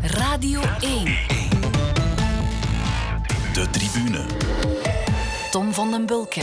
Radio 1. De Tribune. Tom van den Bulke.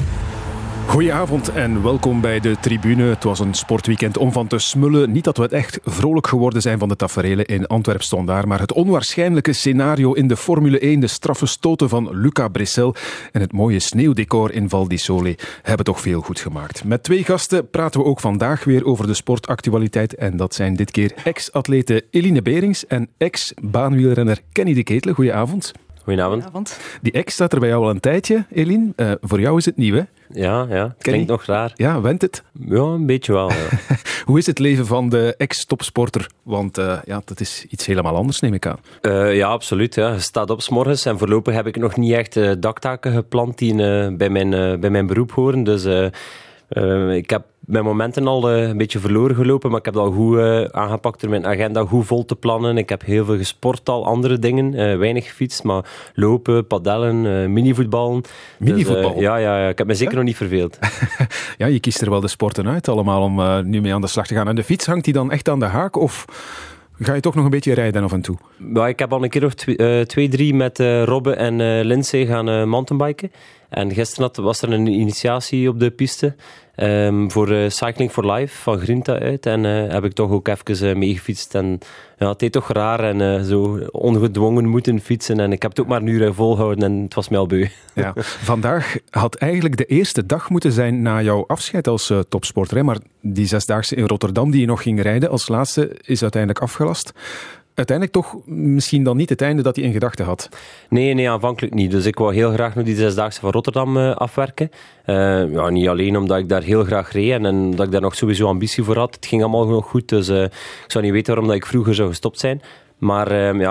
Goedenavond en welkom bij de Tribune. Het was een sportweekend om van te smullen. Niet dat we het echt vrolijk geworden zijn van de taferelen in Antwerp stond daar, maar het onwaarschijnlijke scenario in de Formule 1, de straffe stoten van Luca Brissell en het mooie sneeuwdecor in Val di Sole hebben toch veel goed gemaakt. Met twee gasten praten we ook vandaag weer over de sportactualiteit en dat zijn dit keer ex-atlete Eline Berings en ex-baanwielrenner Kenny de Ketele. Goedenavond. Goedenavond. Die ex staat er bij jou al een tijdje, Eline. Voor jou is het nieuw, hè? Ja. Klinkt nog raar. Ja, went het? Ja, een beetje wel. Ja. Hoe is het leven van de ex-topsporter? Want dat is iets helemaal anders, neem ik aan. Ja, absoluut. Ja. Je staat op 's morgens en voorlopig heb ik nog niet echt daktaken gepland die bij mijn beroep horen. Dus ik heb mijn momenten al een beetje verloren gelopen, maar ik heb het al goed aangepakt door mijn agenda goed vol te plannen. Ik heb heel veel gesport al, andere dingen. Weinig gefietst, maar lopen, padellen, minivoetballen. Minivoetbal? Dus, ja, ik heb me zeker nog niet verveeld. Ja, je kiest er wel de sporten uit allemaal om nu mee aan de slag te gaan. En de fiets, hangt die dan echt aan de haak of ga je toch nog een beetje rijden af en toe? Ja, ik heb al een keer of 2-3 met Robbe en Lindsay gaan mountainbiken. En gisteren was er een initiatie op de piste voor Cycling for Life van Grinta uit. En heb ik toch ook even meegefietst. En ja, het deed toch raar en zo ongedwongen moeten fietsen. En ik heb het ook maar een uur volgehouden en het was mij al beu. Ja, vandaag had eigenlijk de eerste dag moeten zijn na jouw afscheid als topsporter. Hè? Maar die 6-daagse in Rotterdam die je nog ging rijden als laatste is uiteindelijk afgelast. Uiteindelijk toch misschien dan niet het einde dat hij in gedachten had? Nee, aanvankelijk niet. Dus ik wou heel graag nog die 6-daagse van Rotterdam afwerken. Niet alleen omdat ik daar heel graag reed en dat ik daar nog sowieso ambitie voor had. Het ging allemaal nog goed, dus ik zou niet weten waarom dat ik vroeger zou gestopt zijn. Maar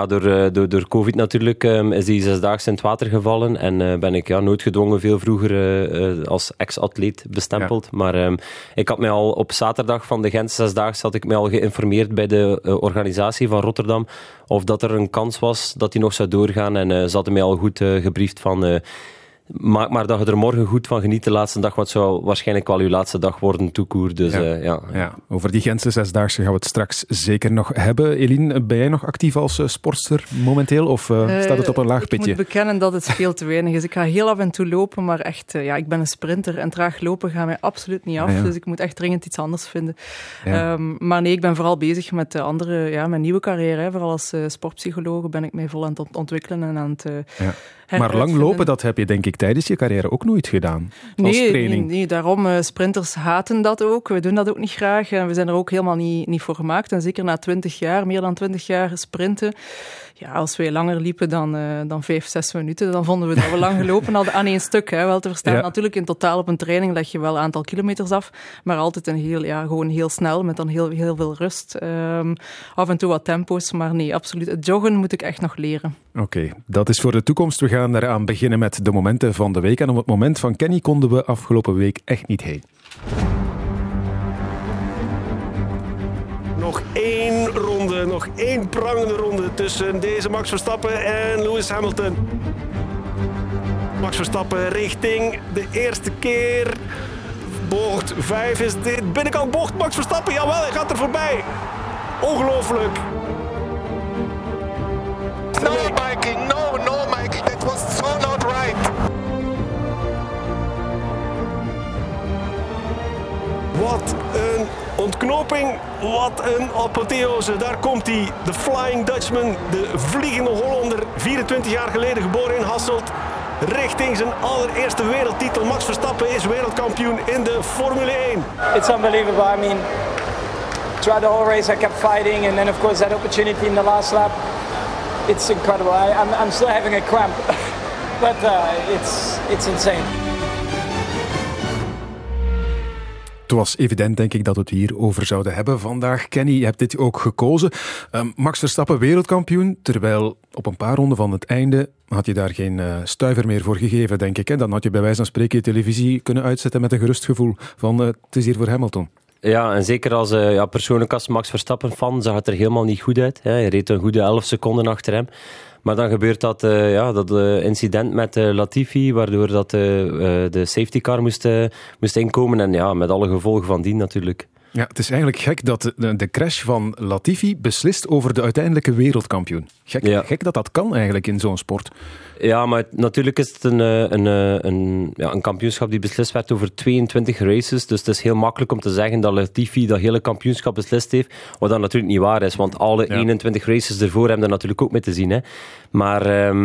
door COVID natuurlijk is die 6-daagse in het water gevallen en ben ik noodgedwongen veel vroeger als ex-atleet bestempeld. Ja. Maar ik had mij al op zaterdag van de Gent 6-daagse had ik mij al geïnformeerd bij de organisatie van Rotterdam of dat er een kans was dat die nog zou doorgaan en ze hadden mij al goed gebriefd van maak maar dat je er morgen goed van geniet de laatste dag, wat zou waarschijnlijk wel uw laatste dag worden toekoer. Dus, ja. Over die Gentse 6-daagse gaan we het straks zeker nog hebben. Eline, ben jij nog actief als sportster momenteel of staat het op een laag pitje? Ik moet bekennen dat het veel te weinig is. Ik ga heel af en toe lopen, maar echt, ik ben een sprinter en traag lopen gaat mij absoluut niet af. Dus ik moet echt dringend iets anders vinden. Ja. Maar nee, ik ben vooral bezig met mijn nieuwe carrière. Hè. Vooral als sportpsycholoog ben ik mij vol aan het ontwikkelen en aan het Maar lang lopen, dat heb je denk ik tijdens je carrière ook nooit gedaan, als training. Nee, daarom. Sprinters haten dat ook. We doen dat ook niet graag. En we zijn er ook helemaal niet voor gemaakt. En zeker na 20 jaar, meer dan 20 jaar sprinten. Ja, als wij langer liepen dan 5-6 minuten, dan vonden we dat we lang gelopen hadden aan één stuk. Hè, wel te verstaan. Ja. Natuurlijk, in totaal op een training leg je wel een aantal kilometers af, maar altijd gewoon heel snel, met dan heel veel rust. Af en toe wat tempo's, maar nee, absoluut. Het joggen moet ik echt nog leren. Oké, dat is voor de toekomst. We gaan eraan beginnen met de momenten van de week. En op het moment van Kenny konden we afgelopen week echt niet heen. Nog één prangende ronde tussen deze Max Verstappen en Lewis Hamilton. Max Verstappen richting de eerste keer. Bocht 5 is dit. Binnenkant bocht Max Verstappen. Jawel, hij gaat er voorbij. Ongelooflijk. No, Mikey. No, Mikey. That was so not right. Wat een ontknoping, wat een apotheose. Daar komt hij, de Flying Dutchman, de vliegende Hollander, 24 jaar geleden geboren in Hasselt, richting zijn allereerste wereldtitel. Max Verstappen is wereldkampioen in de Formule 1. It's unbelievable. I mean, throughout the whole race I kept fighting, and then of course that opportunity in the last lap. It's incredible. I'm still having a cramp, but it's insane. Het was evident, denk ik, dat we het hier over zouden hebben vandaag. Kenny, je hebt dit ook gekozen. Max Verstappen wereldkampioen, terwijl op een paar ronden van het einde had je daar geen stuiver meer voor gegeven, denk ik. Hè? Dan had je bij wijze van spreken je televisie kunnen uitzetten met een gerust gevoel van het is hier voor Hamilton. Ja, en zeker als persoonlijk als Max Verstappen-fan zag het er helemaal niet goed uit. Hij reed een goede 11 seconden achter hem. Maar dan gebeurt dat incident met Latifi, waardoor dat de safety car moest inkomen. En ja, met alle gevolgen van dien natuurlijk. Ja, het is eigenlijk gek dat de crash van Latifi beslist over de uiteindelijke wereldkampioen. Gek dat dat kan eigenlijk in zo'n sport. Ja, maar natuurlijk is het een kampioenschap die beslist werd over 22 races. Dus het is heel makkelijk om te zeggen dat Latifi dat hele kampioenschap beslist heeft. Wat dat natuurlijk niet waar is, want alle 21 races ervoor hebben er natuurlijk ook mee te zien. Hè. Maar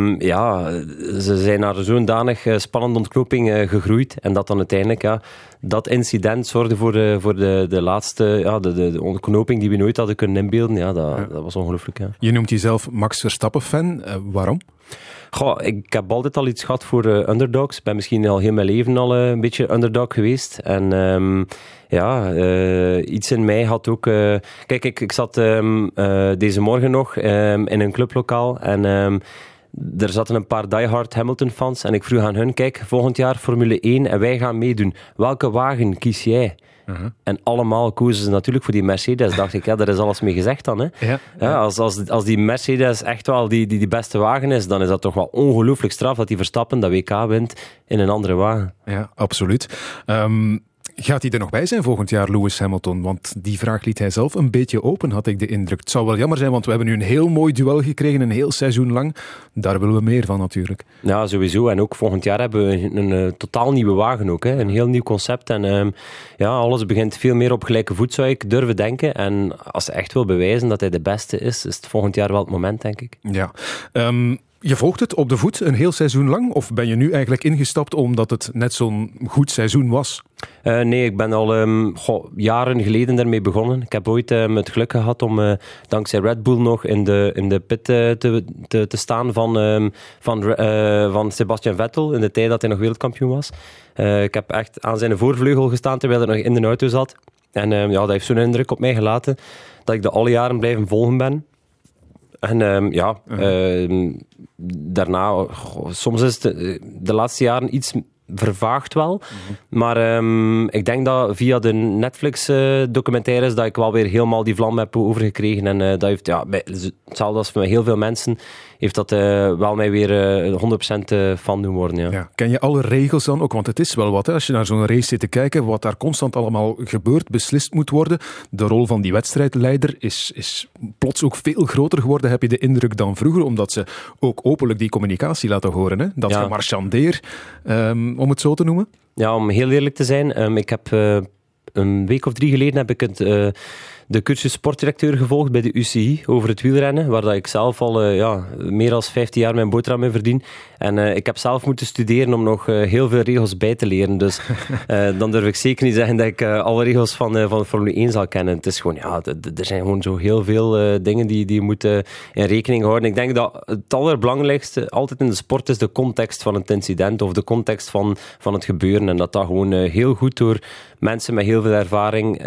ze zijn naar zo'n danig spannende ontknoping gegroeid. En dat dan uiteindelijk, dat incident zorgde voor de laatste, de ontknoping die we nooit hadden kunnen inbeelden. Ja, dat was ongelooflijk. Ja. Je noemt jezelf Max Verstappen-fan. Waarom? Goh, ik heb altijd al iets gehad voor underdogs. Ik ben misschien al heel mijn leven al een beetje underdog geweest. En iets in mij had ook... Kijk, ik zat deze morgen nog in een clublokaal en... er zaten een paar diehard Hamilton-fans en ik vroeg aan hun, kijk, volgend jaar Formule 1 en wij gaan meedoen. Welke wagen kies jij? Uh-huh. En allemaal kozen ze natuurlijk voor die Mercedes. Dacht ik, daar is alles mee gezegd dan. Hè? Ja. Als die Mercedes echt wel die beste wagen is, dan is dat toch wel ongelooflijk straf dat die Verstappen dat WK wint in een andere wagen. Ja, absoluut. Gaat hij er nog bij zijn volgend jaar, Lewis Hamilton? Want die vraag liet hij zelf een beetje open, had ik de indruk. Het zou wel jammer zijn, want we hebben nu een heel mooi duel gekregen, een heel seizoen lang. Daar willen we meer van natuurlijk. Ja, sowieso. En ook volgend jaar hebben we een totaal nieuwe wagen ook. Hè. Een heel nieuw concept. En alles begint veel meer op gelijke voet, zou ik durven denken. En als hij echt wil bewijzen dat hij de beste is het volgend jaar wel het moment, denk ik. Ja. Je volgt het op de voet een heel seizoen lang? Of ben je nu eigenlijk ingestapt omdat het net zo'n goed seizoen was? Nee, ik ben al jaren geleden daarmee begonnen. Ik heb ooit het geluk gehad om dankzij Red Bull nog in de pit te staan van Sebastian Vettel in de tijd dat hij nog wereldkampioen was. Ik heb echt aan zijn voorvleugel gestaan terwijl hij nog in de auto zat. En dat heeft zo'n indruk op mij gelaten dat ik de alle jaren blijven volgen ben. En daarna, soms is het de laatste jaren iets vervaagd wel. Mm-hmm. Maar ik denk dat via de Netflix-documentaires dat ik wel weer helemaal die vlam heb overgekregen. En dat heeft, hetzelfde als bij heel veel mensen, heeft dat wel mij weer 100% fan doen worden. Ja. Ja. Ken je alle regels dan ook? Want het is wel wat, hè? Als je naar zo'n race zit te kijken, wat daar constant allemaal gebeurt, beslist moet worden. De rol van die wedstrijdleider is plots ook veel groter geworden, heb je de indruk, dan vroeger, omdat ze ook openlijk die communicatie laten horen. Hè? Dat gemarchandeer, om het zo te noemen. Ja, om heel eerlijk te zijn, ik heb een week of 3 geleden heb ik de cursus sportdirecteur gevolgd bij de UCI over het wielrennen, waar dat ik zelf al meer dan 15 jaar mijn boterham mee verdien. En ik heb zelf moeten studeren om nog heel veel regels bij te leren. Dus dan durf ik zeker niet zeggen dat ik alle regels van Formule 1 zal kennen. Het is gewoon, er zijn gewoon zo heel veel dingen die je moet in rekening houden. Ik denk dat het allerbelangrijkste altijd in de sport is de context van het incident of de context van het gebeuren. En dat gewoon heel goed door mensen met heel veel ervaring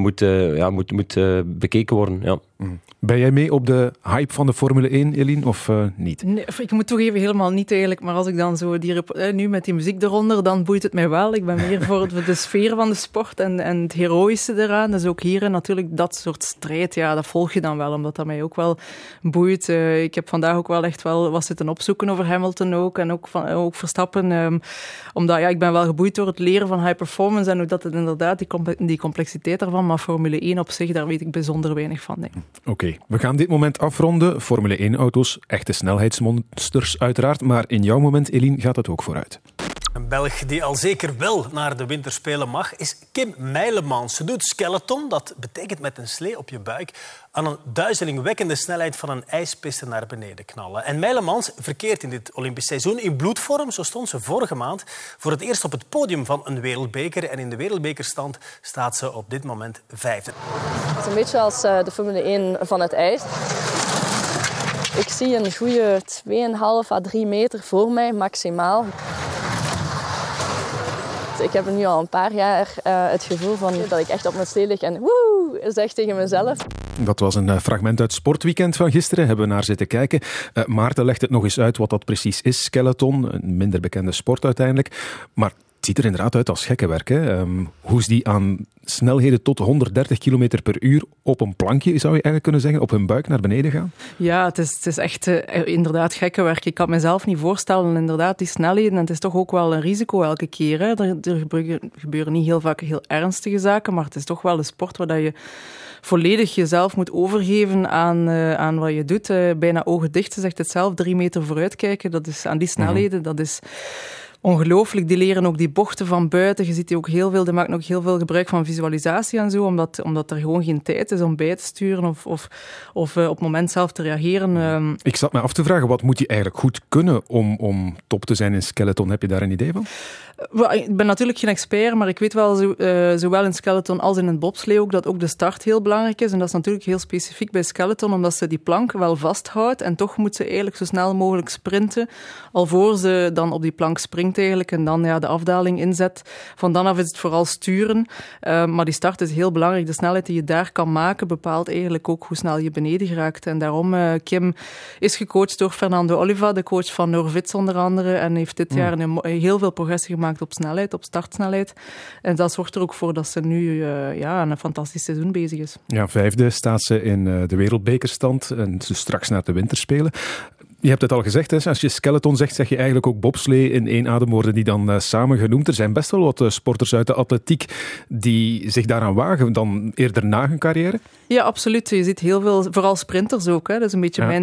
moet bekeken worden. Ja. Ben jij mee op de hype van de Formule 1, Eline, of niet? Nee, ik moet toegeven, helemaal niet eigenlijk. Maar als ik dan zo nu met die muziek eronder, dan boeit het mij wel. Ik ben meer voor de sfeer van de sport en het heroïsche eraan. Dus ook hier natuurlijk dat soort strijd, dat volg je dan wel, omdat dat mij ook wel boeit. Ik heb vandaag ook wel echt wat zitten opzoeken over Hamilton ook, en ook Verstappen. Omdat ik ben wel geboeid door het leren van high performance en hoe dat het inderdaad, die complexiteit daarvan, maar Formule 1 op zich, daar weet ik bijzonder weinig van. Oké, we gaan dit moment afronden. Formule 1-auto's, echte snelheidsmonsters uiteraard, maar in jouw moment, Eline, gaat het ook vooruit. Een Belg die al zeker wel naar de winterspelen mag, is Kim Meilemans. Ze doet skeleton, dat betekent met een slee op je buik aan een duizelingwekkende snelheid van een ijspiste naar beneden knallen. En Meilemans verkeert in dit Olympisch seizoen in bloedvorm. Zo stond ze vorige maand voor het eerst op het podium van een wereldbeker. En in de wereldbekerstand staat ze op dit moment 5e. Het is een beetje als de Formule 1 van het ijs. Ik zie een goede 2,5 à 3 meter voor mij, maximaal. Ik heb nu al een paar jaar het gevoel van dat ik echt op mijn slee lig en woe, zeg tegen mezelf. Dat was een fragment uit Sportweekend van gisteren. Hebben we naar zitten kijken. Maarten legt het nog eens uit wat dat precies is, skeleton. Een minder bekende sport uiteindelijk. Maar Het ziet er inderdaad uit als gekkenwerk. Hè? Hoe is die aan snelheden tot 130 km per uur op een plankje, zou je eigenlijk kunnen zeggen, op hun buik naar beneden gaan? Ja, het is echt inderdaad gekkenwerk. Ik kan het mezelf niet voorstellen, inderdaad, die snelheden. En het is toch ook wel een risico elke keer. Hè? Er gebeuren niet heel vaak heel ernstige zaken, maar het is toch wel een sport waar je volledig jezelf moet overgeven aan wat je doet. Bijna ogen dicht, ze zegt het zelf, 3 meter vooruit kijken. Dat is aan die snelheden, dat is ongelooflijk. Die leren ook die bochten van buiten. Je ziet die ook heel veel, die maken ook heel veel gebruik van visualisatie en zo, omdat er gewoon geen tijd is om bij te sturen of op het moment zelf te reageren. Ik zat me af te vragen, wat moet hij eigenlijk goed kunnen om top te zijn in skeleton? Heb je daar een idee van? Ik ben natuurlijk geen expert, maar ik weet wel, zowel in skeleton als in het bobslee ook, dat ook de start heel belangrijk is. En dat is natuurlijk heel specifiek bij skeleton, omdat ze die plank wel vasthoudt en toch moet ze eigenlijk zo snel mogelijk sprinten, alvorens ze dan op die plank springt eigenlijk en dan de afdaling inzet. Van dan af is het vooral sturen. Maar die start is heel belangrijk. De snelheid die je daar kan maken bepaalt eigenlijk ook hoe snel je beneden geraakt. En daarom, Kim is gecoacht door Fernando Oliva, de coach van Norvits onder andere, en heeft dit jaar heel veel progressie gemaakt op snelheid, op startsnelheid. En dat zorgt er ook voor dat ze nu een fantastisch seizoen bezig is. Ja, 5e staat ze in de wereldbekerstand en dus straks naar de winterspelen. Je hebt het al gezegd, hè? Als je skeleton zegt, zeg je eigenlijk ook bobslee in één adem worden die dan samen genoemd. Er zijn best wel wat sporters uit de atletiek die zich daaraan wagen, dan eerder na hun carrière. Ja, absoluut. Je ziet heel veel, vooral sprinters ook. Hè. Dat is een beetje mijn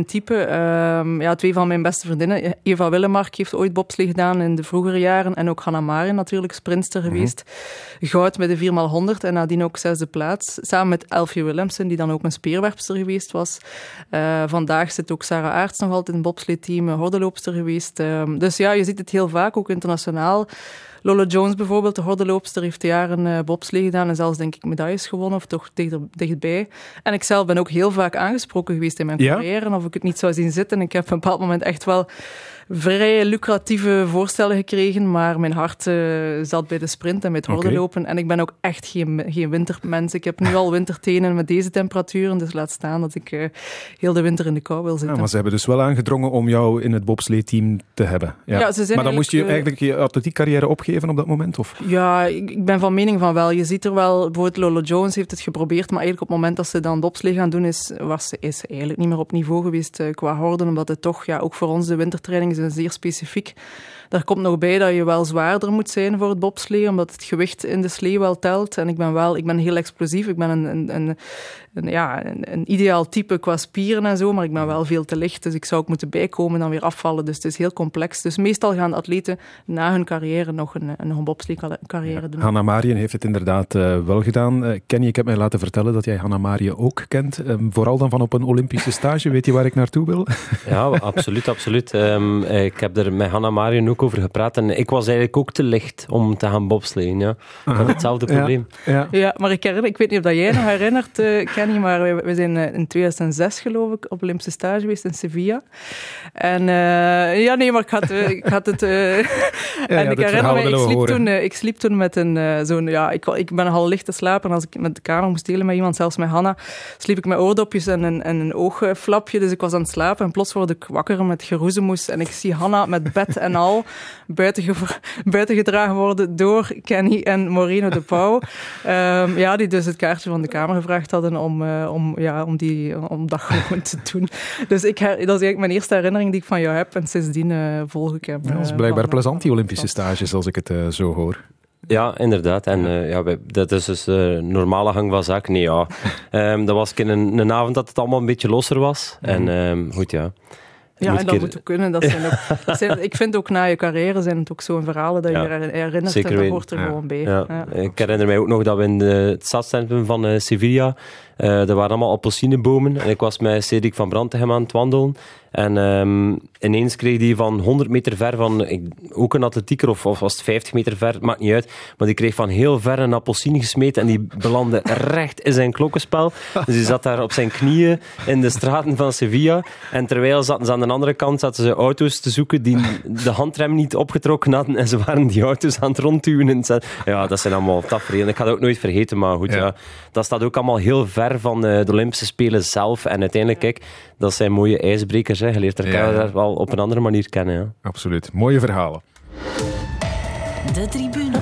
type. 2 van mijn beste vriendinnen. Eva Willemark heeft ooit bobslee gedaan in de vroegere jaren. En ook Hannah Marin natuurlijk, sprintster geweest. Goud met de 4x100 en nadien ook 6e plaats. Samen met Elfie Willemsen, die dan ook een speerwerpster geweest was. Vandaag zit ook Sarah Aerts nog altijd in het bobslee-team, hordenloopster geweest. Dus ja, je ziet het heel vaak, ook internationaal. Lola Jones bijvoorbeeld, de hordenloopster, heeft jaren bobslee gedaan en zelfs denk ik medailles gewonnen, of toch dichtbij. En ik zelf ben ook heel vaak aangesproken geweest in mijn carrière, of ik het niet zou zien zitten. Ik heb op een bepaald moment echt wel vrij lucratieve voorstellen gekregen, maar mijn hart zat bij de sprint en bij het hordenlopen. En ik ben ook echt geen wintermens. Ik heb nu al wintertenen met deze temperaturen, dus laat staan dat ik heel de winter in de kou wil zitten. Ja, maar ze hebben dus wel aangedrongen om jou in het bobslee-team te hebben. Ja. Maar dan moest je eigenlijk je atletiekcarrière opgeven op dat moment? Of? Ja, ik ben van mening van wel. Je ziet er wel, bijvoorbeeld Lola Jones heeft het geprobeerd, maar eigenlijk op het moment dat ze dan bobslee gaan doen, is ze eigenlijk niet meer op niveau geweest qua horden, omdat het toch, ook voor ons de wintertraining is zeer specifiek. Daar komt nog bij dat je wel zwaarder moet zijn voor het bobslee, omdat het gewicht in de slee wel telt. En ik ben heel explosief. Ik ben een ideaal type qua spieren en zo, maar ik ben wel veel te licht. Dus ik zou ook moeten bijkomen en dan weer afvallen. Dus het is heel complex. Dus meestal gaan atleten na hun carrière nog een bobslee-carrière doen. Hannah Marin heeft het inderdaad wel gedaan. Kenny, ik heb mij laten vertellen dat jij Hannah Marin ook kent. Vooral dan van op een Olympische stage. Weet je waar ik naartoe wil? Ja, absoluut. Ik heb er met Hannah Marin ook over gepraat. En ik was eigenlijk ook te licht om te gaan bobsleeën. Ja. Ik had hetzelfde probleem. Ja, maar ik weet niet of dat jij nog herinnert, Kenny, maar we zijn in 2006, geloof ik, op Olympische stage geweest in Sevilla. En maar ik had het... en ik herinner me, ik sliep toen met ik ben nogal licht te slapen. En als ik met de kamer moest delen met iemand, zelfs met Hanna, sliep ik met oordopjes en een oogflapje. Dus ik was aan het slapen en plots word ik wakker met geroezemoes. En ik zie Hanna met bed en al buiten gedragen worden door Kenny en Moreno de Pauw. Die dus het kaartje van de kamer gevraagd hadden om dat gewoon te doen. Dus dat is eigenlijk mijn eerste herinnering die ik van jou heb. En sindsdien volg ik hem. Dat is blijkbaar plezant, die Olympische stages, als ik het zo hoor. Ja, inderdaad. En dat is dus de normale gang van zaken. Nee, ja. Dat was een avond dat het allemaal een beetje losser was. En goed, ja. Ja, en dat moet ook kunnen. Ik vind ook na je carrière zijn het ook zo'n verhalen dat je herinnert. Zeker en dat hoort er gewoon bij. Ja. Ja. Ik herinner mij ook nog dat we in het stadscentrum van Sevilla, er waren allemaal appelsinebomen en ik was met Cedric van Brantegem aan het wandelen. En ineens kreeg hij van 100 meter ver, ook een atlетieker of was het 50 meter ver, maakt niet uit, maar die kreeg van heel ver een appelsine gesmeten en die belandde recht in zijn klokkenspel. Dus hij zat daar op zijn knieën in de straten van Sevilla en terwijl zaten ze aan de andere kant auto's te zoeken die de handrem niet opgetrokken hadden en ze waren die auto's aan het rondduwen. Ja, dat zijn allemaal tafereelen. Ik ga dat ook nooit vergeten, maar goed, dat staat ook allemaal heel ver van de Olympische Spelen zelf en uiteindelijk, kijk, dat zijn mooie ijsbrekers. Je leert elkaar daar wel op een andere manier kennen. Ja. Absoluut. Mooie verhalen. De tribune.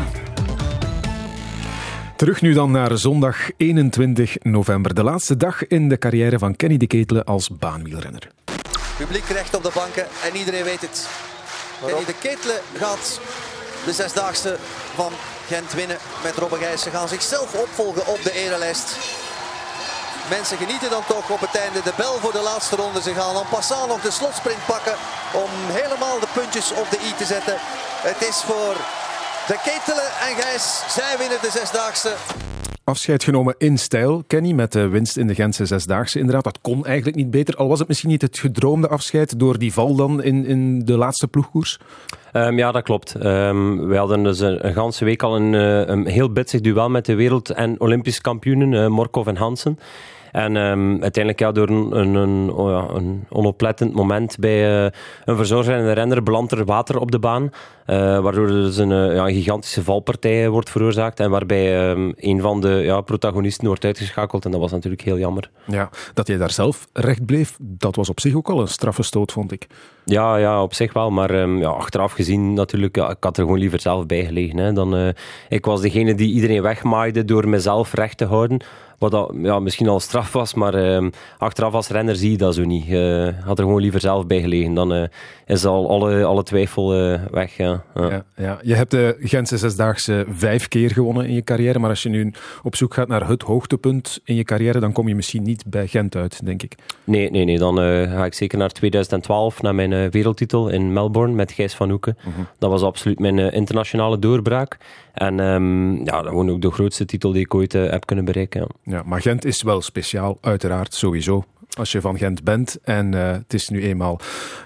Terug nu dan naar zondag 21 november. De laatste dag in de carrière van Kenny de Ketele als baanwielrenner. Publiek recht op de banken en iedereen weet het. Kenny de Ketele gaat de zesdaagse van Gent winnen met Robbe Gijs. Ze gaan zichzelf opvolgen op de erelijst. Mensen genieten dan toch op het einde. De bel voor de laatste ronde. Ze gaan en passant nog de slotsprint pakken om helemaal de puntjes op de i te zetten. Het is voor de Ketele en Gijs. Zij winnen de zesdaagse. Afscheid genomen in stijl, Kenny, met de winst in de Gentse zesdaagse. Inderdaad, dat kon eigenlijk niet beter. Al was het misschien niet het gedroomde afscheid door die val dan in de laatste ploegkoers? Ja, dat klopt. We hadden dus een ganse week al een heel bitsig duel met de wereld- en Olympische kampioenen, Morkov en Hansen. En uiteindelijk door een onoplettend moment bij een verzorger en een renner belandt er water op de baan. Waardoor er dus een gigantische valpartij wordt veroorzaakt. En waarbij een van de protagonisten wordt uitgeschakeld. En dat was natuurlijk heel jammer. Ja, dat jij daar zelf recht bleef, dat was op zich ook al een straffe stoot, vond ik. Ja, op zich wel. Maar achteraf gezien natuurlijk, ik had er gewoon liever zelf bij gelegen. Hè. Ik was degene die iedereen wegmaaide door mezelf recht te houden. Wat dat misschien al straf was, maar achteraf als renner zie je dat zo niet. Had er gewoon liever zelf bij gelegen. Dan is al alle twijfel weg. Ja. Je hebt de Gentse zesdaagse 5 keer gewonnen in je carrière, maar als je nu op zoek gaat naar het hoogtepunt in je carrière, dan kom je misschien niet bij Gent uit, denk ik. Nee. Dan ga ik zeker naar 2012, naar mijn wereldtitel in Melbourne met Gijs van Hoeken. Mm-hmm. Dat was absoluut mijn internationale doorbraak. En dat gewoon ook de grootste titel die ik ooit heb kunnen bereiken. Ja, maar Gent is wel speciaal, uiteraard, sowieso. Als je van Gent bent. En het is nu eenmaal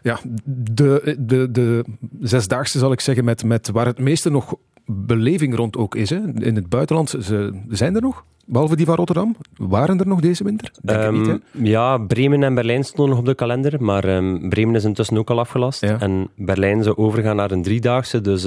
de zesdaagse, zal ik zeggen, met waar het meeste nog beleving rond ook is. Hè. In het buitenland, zijn er nog? Behalve die van Rotterdam? Waren er nog deze winter? Denk ik niet, hè? Ja, Bremen en Berlijn stonden nog op de kalender. Maar Bremen is intussen ook al afgelast. Ja. En Berlijn zou overgaan naar een driedaagse. Dus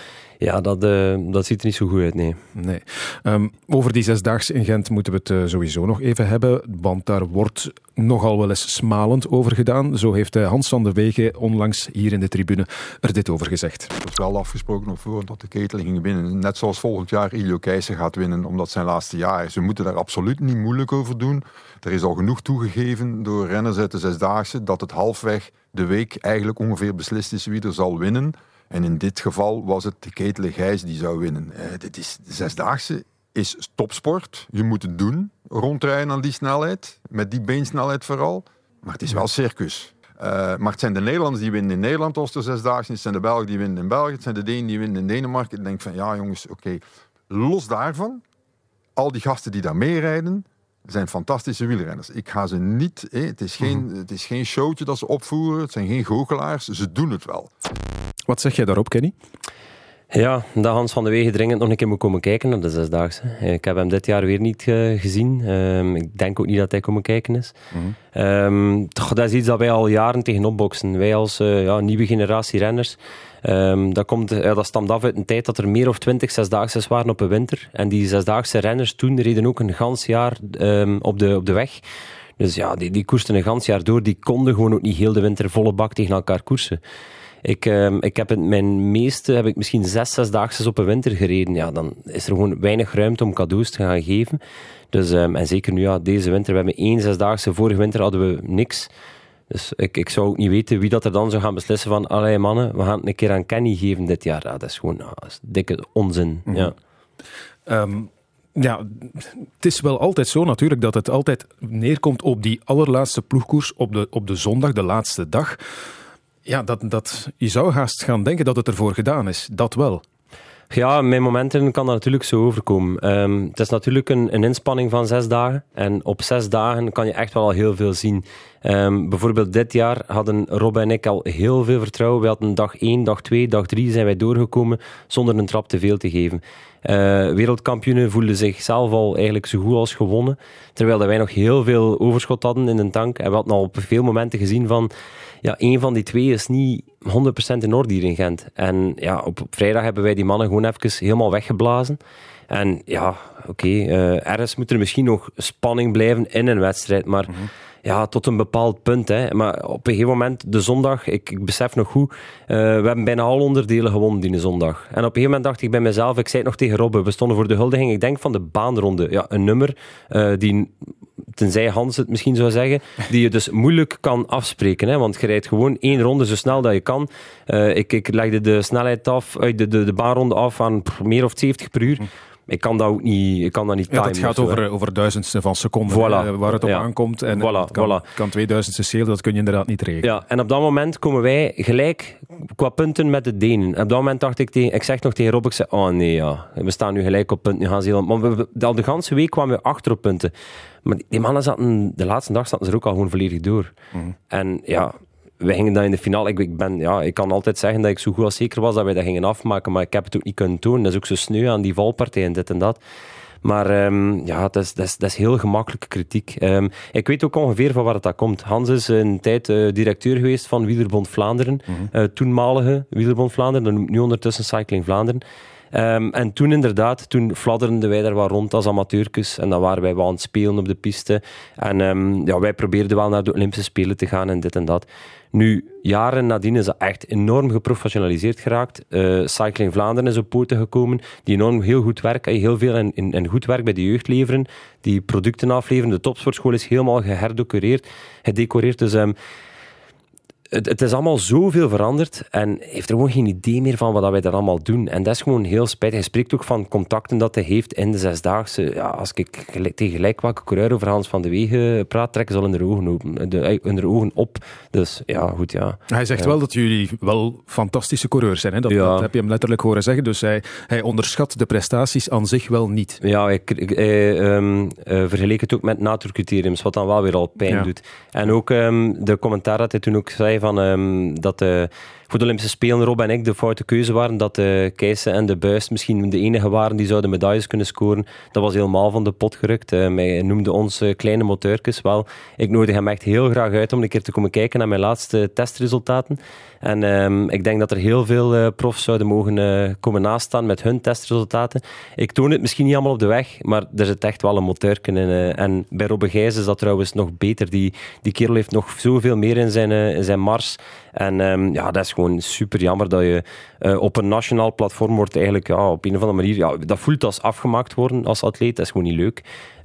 dat ziet er niet zo goed uit, nee. Over die zesdaagse in Gent moeten we het sowieso nog even hebben. Want daar wordt nogal wel eens smalend over gedaan. Zo heeft Hans van der Wegen onlangs hier in de tribune er dit over gezegd. Het was wel afgesproken op voorhand dat de Ketele ging winnen. Net zoals volgend jaar Iljo Keijsen gaat winnen, omdat zijn laatste jaar is. We moeten daar absoluut niet moeilijk over doen. Er is al genoeg toegegeven door renners uit de zesdaagse dat het halfweg de week eigenlijk ongeveer beslist is wie er zal winnen. En in dit geval was het de Ketele Gijs die zou winnen. De zesdaagse is topsport. Je moet het doen, rondrijden aan die snelheid. Met die beensnelheid vooral. Maar het is wel circus. Maar het zijn de Nederlanders die winnen in Nederland als de zesdaagse. Het zijn de Belgen die winnen in België. Het zijn de Denen die winnen in Denemarken. Ik denk van, ja jongens, oké. Los daarvan, al die gasten die daar meerijden, zijn fantastische wielrenners. Ik ga ze niet... Het is geen showtje dat ze opvoeren. Het zijn geen goochelaars. Ze doen het wel. Wat zeg jij daarop, Kenny? Ja, dat Hans van der Wegen dringend nog een keer moet komen kijken naar de zesdaagse. Ik heb hem dit jaar weer niet gezien. Ik denk ook niet dat hij komen kijken is. Mm-hmm. Dat is iets dat wij al jaren tegenop boksen. Wij als nieuwe generatie renners. Dat stamt af uit een tijd dat er meer of 20 zesdaagses waren op een winter. En die zesdaagse renners toen reden ook een gans jaar op de weg. Dus ja, die koersten een gans jaar door. Die konden gewoon ook niet heel de winter volle bak tegen elkaar koersen. Ik heb mijn meeste, heb ik misschien 6 zesdaagses op een winter gereden. Ja, dan is er gewoon weinig ruimte om cadeaus te gaan geven. Dus, en zeker nu, deze winter, we hebben 1 zesdaagse. Vorige winter hadden we niks. Dus ik zou ook niet weten wie dat er dan zou gaan beslissen van, allee mannen, we gaan het een keer aan Kenny geven dit jaar. Ja, dat is gewoon dat is dikke onzin. Mm-hmm. Ja. Het is wel altijd zo natuurlijk dat het altijd neerkomt op die allerlaatste ploegkoers op de zondag, de laatste dag. Ja, je zou haast gaan denken dat het ervoor gedaan is. Dat wel. Ja, met momenten kan dat natuurlijk zo overkomen. Het is natuurlijk een inspanning van 6 dagen. En op 6 dagen kan je echt wel al heel veel zien. Bijvoorbeeld dit jaar hadden Rob en ik al heel veel vertrouwen. We hadden dag 1, dag 2, dag 3 zijn wij doorgekomen zonder een trap te veel te geven. Wereldkampioenen voelden zichzelf al eigenlijk zo goed als gewonnen. Terwijl wij nog heel veel overschot hadden in de tank. En we hadden al op veel momenten gezien van... Ja, één van die twee is niet 100% in orde hier in Gent. En ja, op vrijdag hebben wij die mannen gewoon even helemaal weggeblazen. En ja, ergens moet er misschien nog spanning blijven in een wedstrijd. Maar Ja, tot een bepaald punt. Hè. Maar op een gegeven moment, de zondag, ik besef nog goed, we hebben bijna alle onderdelen gewonnen die zondag. En op een gegeven moment dacht ik bij mezelf, ik zei het nog tegen Robbe, we stonden voor de huldiging, ik denk van de baanronde. Ja, een nummer die, tenzij Hans het misschien zou zeggen, die je dus moeilijk kan afspreken. Hè, want je rijdt gewoon 1 ronde zo snel dat je kan. Ik legde de snelheid af, de baanronde af aan meer of 70 per uur. Ik kan dat ook niet timen. Ja, dat gaat over duizendsten van seconden waar het op aankomt. En het kan 2000ste schelen, dat kun je inderdaad niet regelen. Ja, en op dat moment komen wij gelijk qua punten met de Denen. Op dat moment dacht ik zeg nog tegen Rob, ik zei, oh nee, ja, we staan nu gelijk op punten. Nu gaan ze heel... Maar al de ganse week kwamen we achter op punten. Maar die mannen zaten, de laatste dag zaten ze er ook al gewoon volledig door. En ja... Wij gingen dan in de finale. Ik kan altijd zeggen dat ik zo goed als zeker was dat wij dat gingen afmaken, maar ik heb het ook niet kunnen tonen. Dat is ook zo sneu aan die valpartij en dit en dat. Maar dat is heel gemakkelijke kritiek. Ik weet ook ongeveer van waar het komt. Hans is een tijd directeur geweest van Wielerbond Vlaanderen. Toenmalige Wielerbond Vlaanderen, nu ondertussen Cycling Vlaanderen. En toen fladderden wij daar wat rond als amateurtjes. En dan waren wij wel aan het spelen op de piste. En wij probeerden wel naar de Olympische Spelen te gaan en dit en dat. Nu, jaren nadien is dat echt enorm geprofessionaliseerd geraakt. Cycling Vlaanderen is op poten gekomen, die enorm heel goed werk, heel veel en goed werk bij de jeugd leveren, die producten afleveren. De topsportschool is helemaal gedecoreerd. Dus het is allemaal zoveel veranderd en heeft er gewoon geen idee meer van wat wij daar allemaal doen. En dat is gewoon heel spijtig. Hij spreekt ook van contacten dat hij heeft in de zesdaagse. Ja, als ik tegen gelijk welke coureur over Hans van de Wegen praat, trekken ze al hun ogen op. Dus ja, goed, ja. Hij zegt wel dat jullie wel fantastische coureurs zijn. Hè? Dat heb je hem letterlijk horen zeggen. Dus hij onderschat de prestaties aan zich wel niet. Ja, hij vergeleek het ook met natuurcriteriums, wat dan wel weer al pijn doet. En ook de commentaar dat hij toen ook zei van dat voor de Olympische Spelen Rob en ik de foute keuze waren, dat Keijsen en de Buist misschien de enige waren die zouden medailles kunnen scoren. Dat was helemaal van de pot gerukt. Hij noemde ons kleine moteurtjes. Wel, ik nodig hem echt heel graag uit om een keer te komen kijken naar mijn laatste testresultaten. En ik denk dat er heel veel profs zouden mogen komen nastaan met hun testresultaten. Ik toon het misschien niet allemaal op de weg, maar er zit echt wel een moteurken in. En bij Robbe Gijs is dat trouwens nog beter. Die kerel heeft nog zoveel meer in zijn mars. En dat is gewoon super jammer dat je op een nationaal platform wordt eigenlijk op een of andere manier... dat voelt als afgemaakt worden als atleet. Dat is gewoon niet leuk.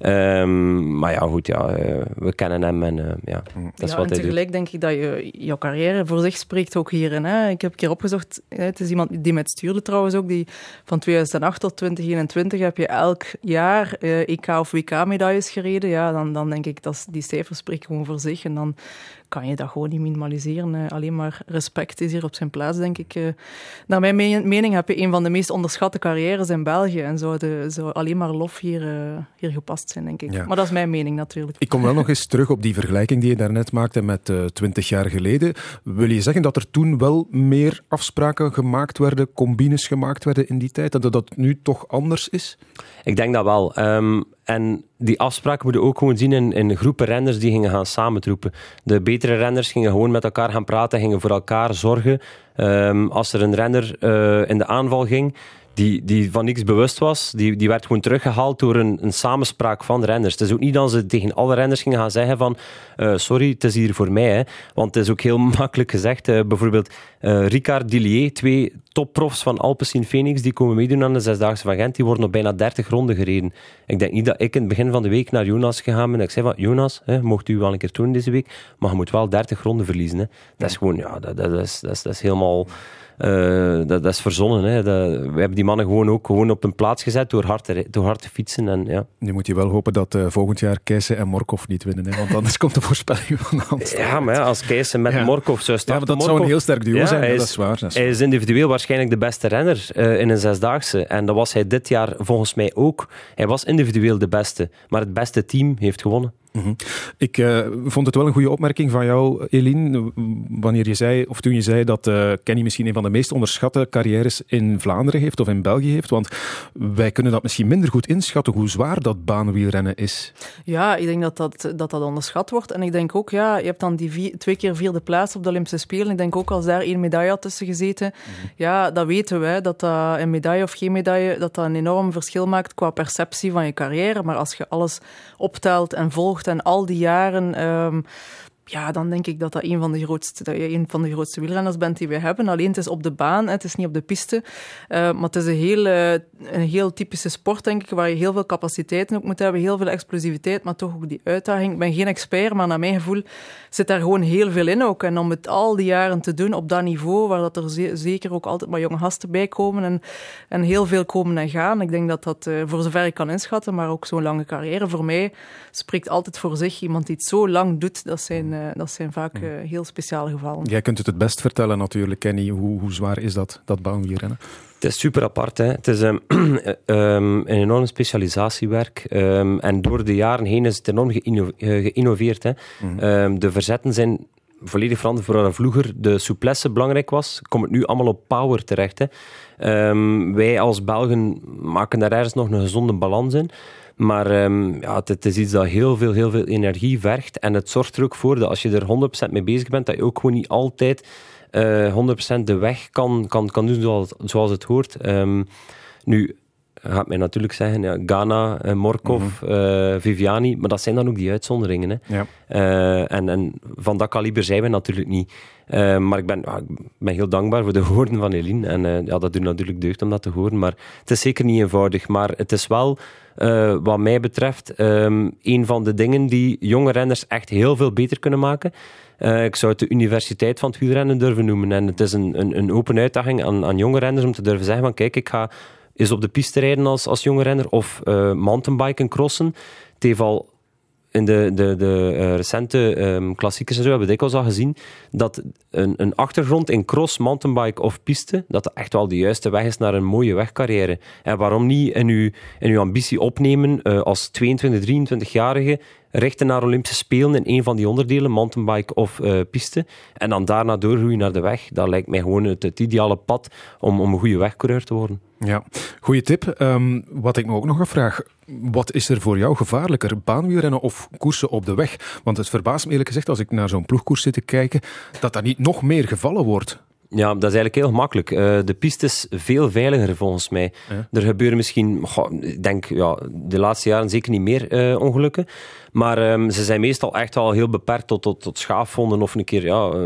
Maar ja, goed, we kennen hem en dat is wat hij doet. En tegelijk denk ik dat jouw carrière voor zich spreekt ook hierin. Hè? Ik heb een keer opgezocht, het is iemand die met stuurde trouwens ook, die van 2008 tot 2021 heb je elk jaar EK of WK-medailles gereden. Ja, dan denk ik dat die cijfers spreken gewoon voor zich en dan kan je dat gewoon niet minimaliseren. Alleen maar respect is hier op zijn plaats, denk ik. Naar mijn mening heb je een van de meest onderschatte carrières in België en zou alleen maar lof hier gepast zijn, denk ik. Ja. Maar dat is mijn mening natuurlijk. Ik kom wel nog eens terug op die vergelijking die je daarnet maakte met 20 jaar geleden. Wil je zeggen dat er toen wel meer afspraken gemaakt werden, combines gemaakt werden in die tijd, en dat dat nu toch anders is? Ik denk dat wel. En die afspraken moeten ook gewoon zien in groepen renners die gingen gaan samentroepen. De betere renners gingen gewoon met elkaar gaan praten, gingen voor elkaar zorgen. Als er een renner in de aanval ging, die van niks bewust was, die werd gewoon teruggehaald door een samenspraak van renners. Het is ook niet dat ze tegen alle renners gingen gaan zeggen van sorry, het is hier voor mij. Hè. Want het is ook heel makkelijk gezegd. Bijvoorbeeld Ricard Dillier, 2 topprofs van Alpecin Phoenix, die komen meedoen aan de Zesdaagse van Gent, die worden op bijna 30 ronden gereden. Ik denk niet dat ik in het begin van de week naar Jonas gegaan ben en ik zei van Jonas, mocht u wel een keer doen deze week, maar je moet wel 30 ronden verliezen. Hè. Dat is gewoon, dat is helemaal... Dat is verzonnen. Hè. We hebben die mannen gewoon op een plaats gezet door hard te fietsen. En, ja. Nu moet je wel hopen dat volgend jaar Keijsen en Morkov niet winnen. Hè, want anders komt de voorspelling van de hand. Ja, maar als Keijsen met Morkov zou starten... Ja, dat zou een heel sterk duo zijn. Dat is waar. Hij is individueel waarschijnlijk de beste renner in een zesdaagse. En dat was hij dit jaar volgens mij ook. Hij was individueel de beste. Maar het beste team heeft gewonnen. Mm-hmm. Ik vond het wel een goede opmerking van jou, Eline, toen je zei dat Kenny misschien een van de meest onderschatte carrières in Vlaanderen heeft of in België heeft, want wij kunnen dat misschien minder goed inschatten hoe zwaar dat baanwielrennen is. Ja, ik denk dat onderschat wordt en ik denk ook, je hebt dan die 2 keer 4e plaats op de Olympische Spelen. Ik denk ook als daar 1 medaille had tussen gezeten, dat weten we, dat een medaille of geen medaille, dat een enorm verschil maakt qua perceptie van je carrière, maar als je alles optelt en volgt en al die jaren... dan denk ik dat een van de grootste wielrenners bent die we hebben. Alleen het is op de baan, het is niet op de piste. Maar het is een heel typische sport, denk ik, waar je heel veel capaciteiten ook moet hebben, heel veel explosiviteit, maar toch ook die uitdaging. Ik ben geen expert, maar naar mijn gevoel zit daar gewoon heel veel in ook. En om het al die jaren te doen op dat niveau, waar dat er zeker ook altijd maar jonge gasten bij komen en heel veel komen en gaan. Ik denk dat voor zover ik kan inschatten, maar ook zo'n lange carrière, voor mij spreekt altijd voor zich. Iemand die het zo lang doet, dat zijn vaak heel speciale gevallen. Jij kunt het best vertellen natuurlijk, Kenny. Hoe zwaar is dat baanwielrennen? Het is super apart. Hè. Het is een enorm specialisatiewerk. En door de jaren heen is het enorm geïnnoveerd. Hè. De verzetten zijn volledig veranderd. Vooral vroeger de souplesse belangrijk was, komt het nu allemaal op power terecht. Hè. Wij als Belgen maken daar ergens nog een gezonde balans in. Maar het is iets dat heel veel energie vergt. En het zorgt er ook voor dat als je er 100% mee bezig bent, dat je ook gewoon niet altijd 100% de weg kan doen zoals het hoort. Nu gaat mij natuurlijk zeggen, Ghana, Morkov, Viviani, maar dat zijn dan ook die uitzonderingen. Hè. Ja. En van dat kaliber zijn we natuurlijk niet. Maar ik ben heel dankbaar voor de woorden van Eline. En dat doet natuurlijk deugd om dat te horen. Maar het is zeker niet eenvoudig. Maar het is wel, wat mij betreft, een van de dingen die jonge renners echt heel veel beter kunnen maken. Ik zou het de universiteit van het wielrennen durven noemen. En het is een open uitdaging aan jonge renners om te durven zeggen van kijk, ik ga eens op de piste rijden als jonge renner of mountainbiken, crossen. Het heeft al in de recente klassiekers hebben we dikwijls al gezien dat een achtergrond in cross, mountainbike of piste, dat echt wel de juiste weg is naar een mooie wegcarrière. En waarom niet in uw ambitie opnemen als 22, 23-jarige richten naar Olympische Spelen in een van die onderdelen, mountainbike of piste, en dan daarna doorgroeien naar de weg. Dat lijkt mij gewoon het ideale pad om een goede wegcoureur te worden. Ja, goeie tip. Wat ik me ook nog afvraag, wat is er voor jou gevaarlijker, baanwielrennen of koersen op de weg? Want het verbaast me eerlijk gezegd, als ik naar zo'n ploegkoers zit te kijken, dat daar niet nog meer gevallen wordt. Ja, dat is eigenlijk heel gemakkelijk. De piste is veel veiliger volgens mij. Ja. Er gebeuren misschien, ik denk de laatste jaren zeker niet meer ongelukken. Maar ze zijn meestal echt wel heel beperkt tot schaafwonden of een keer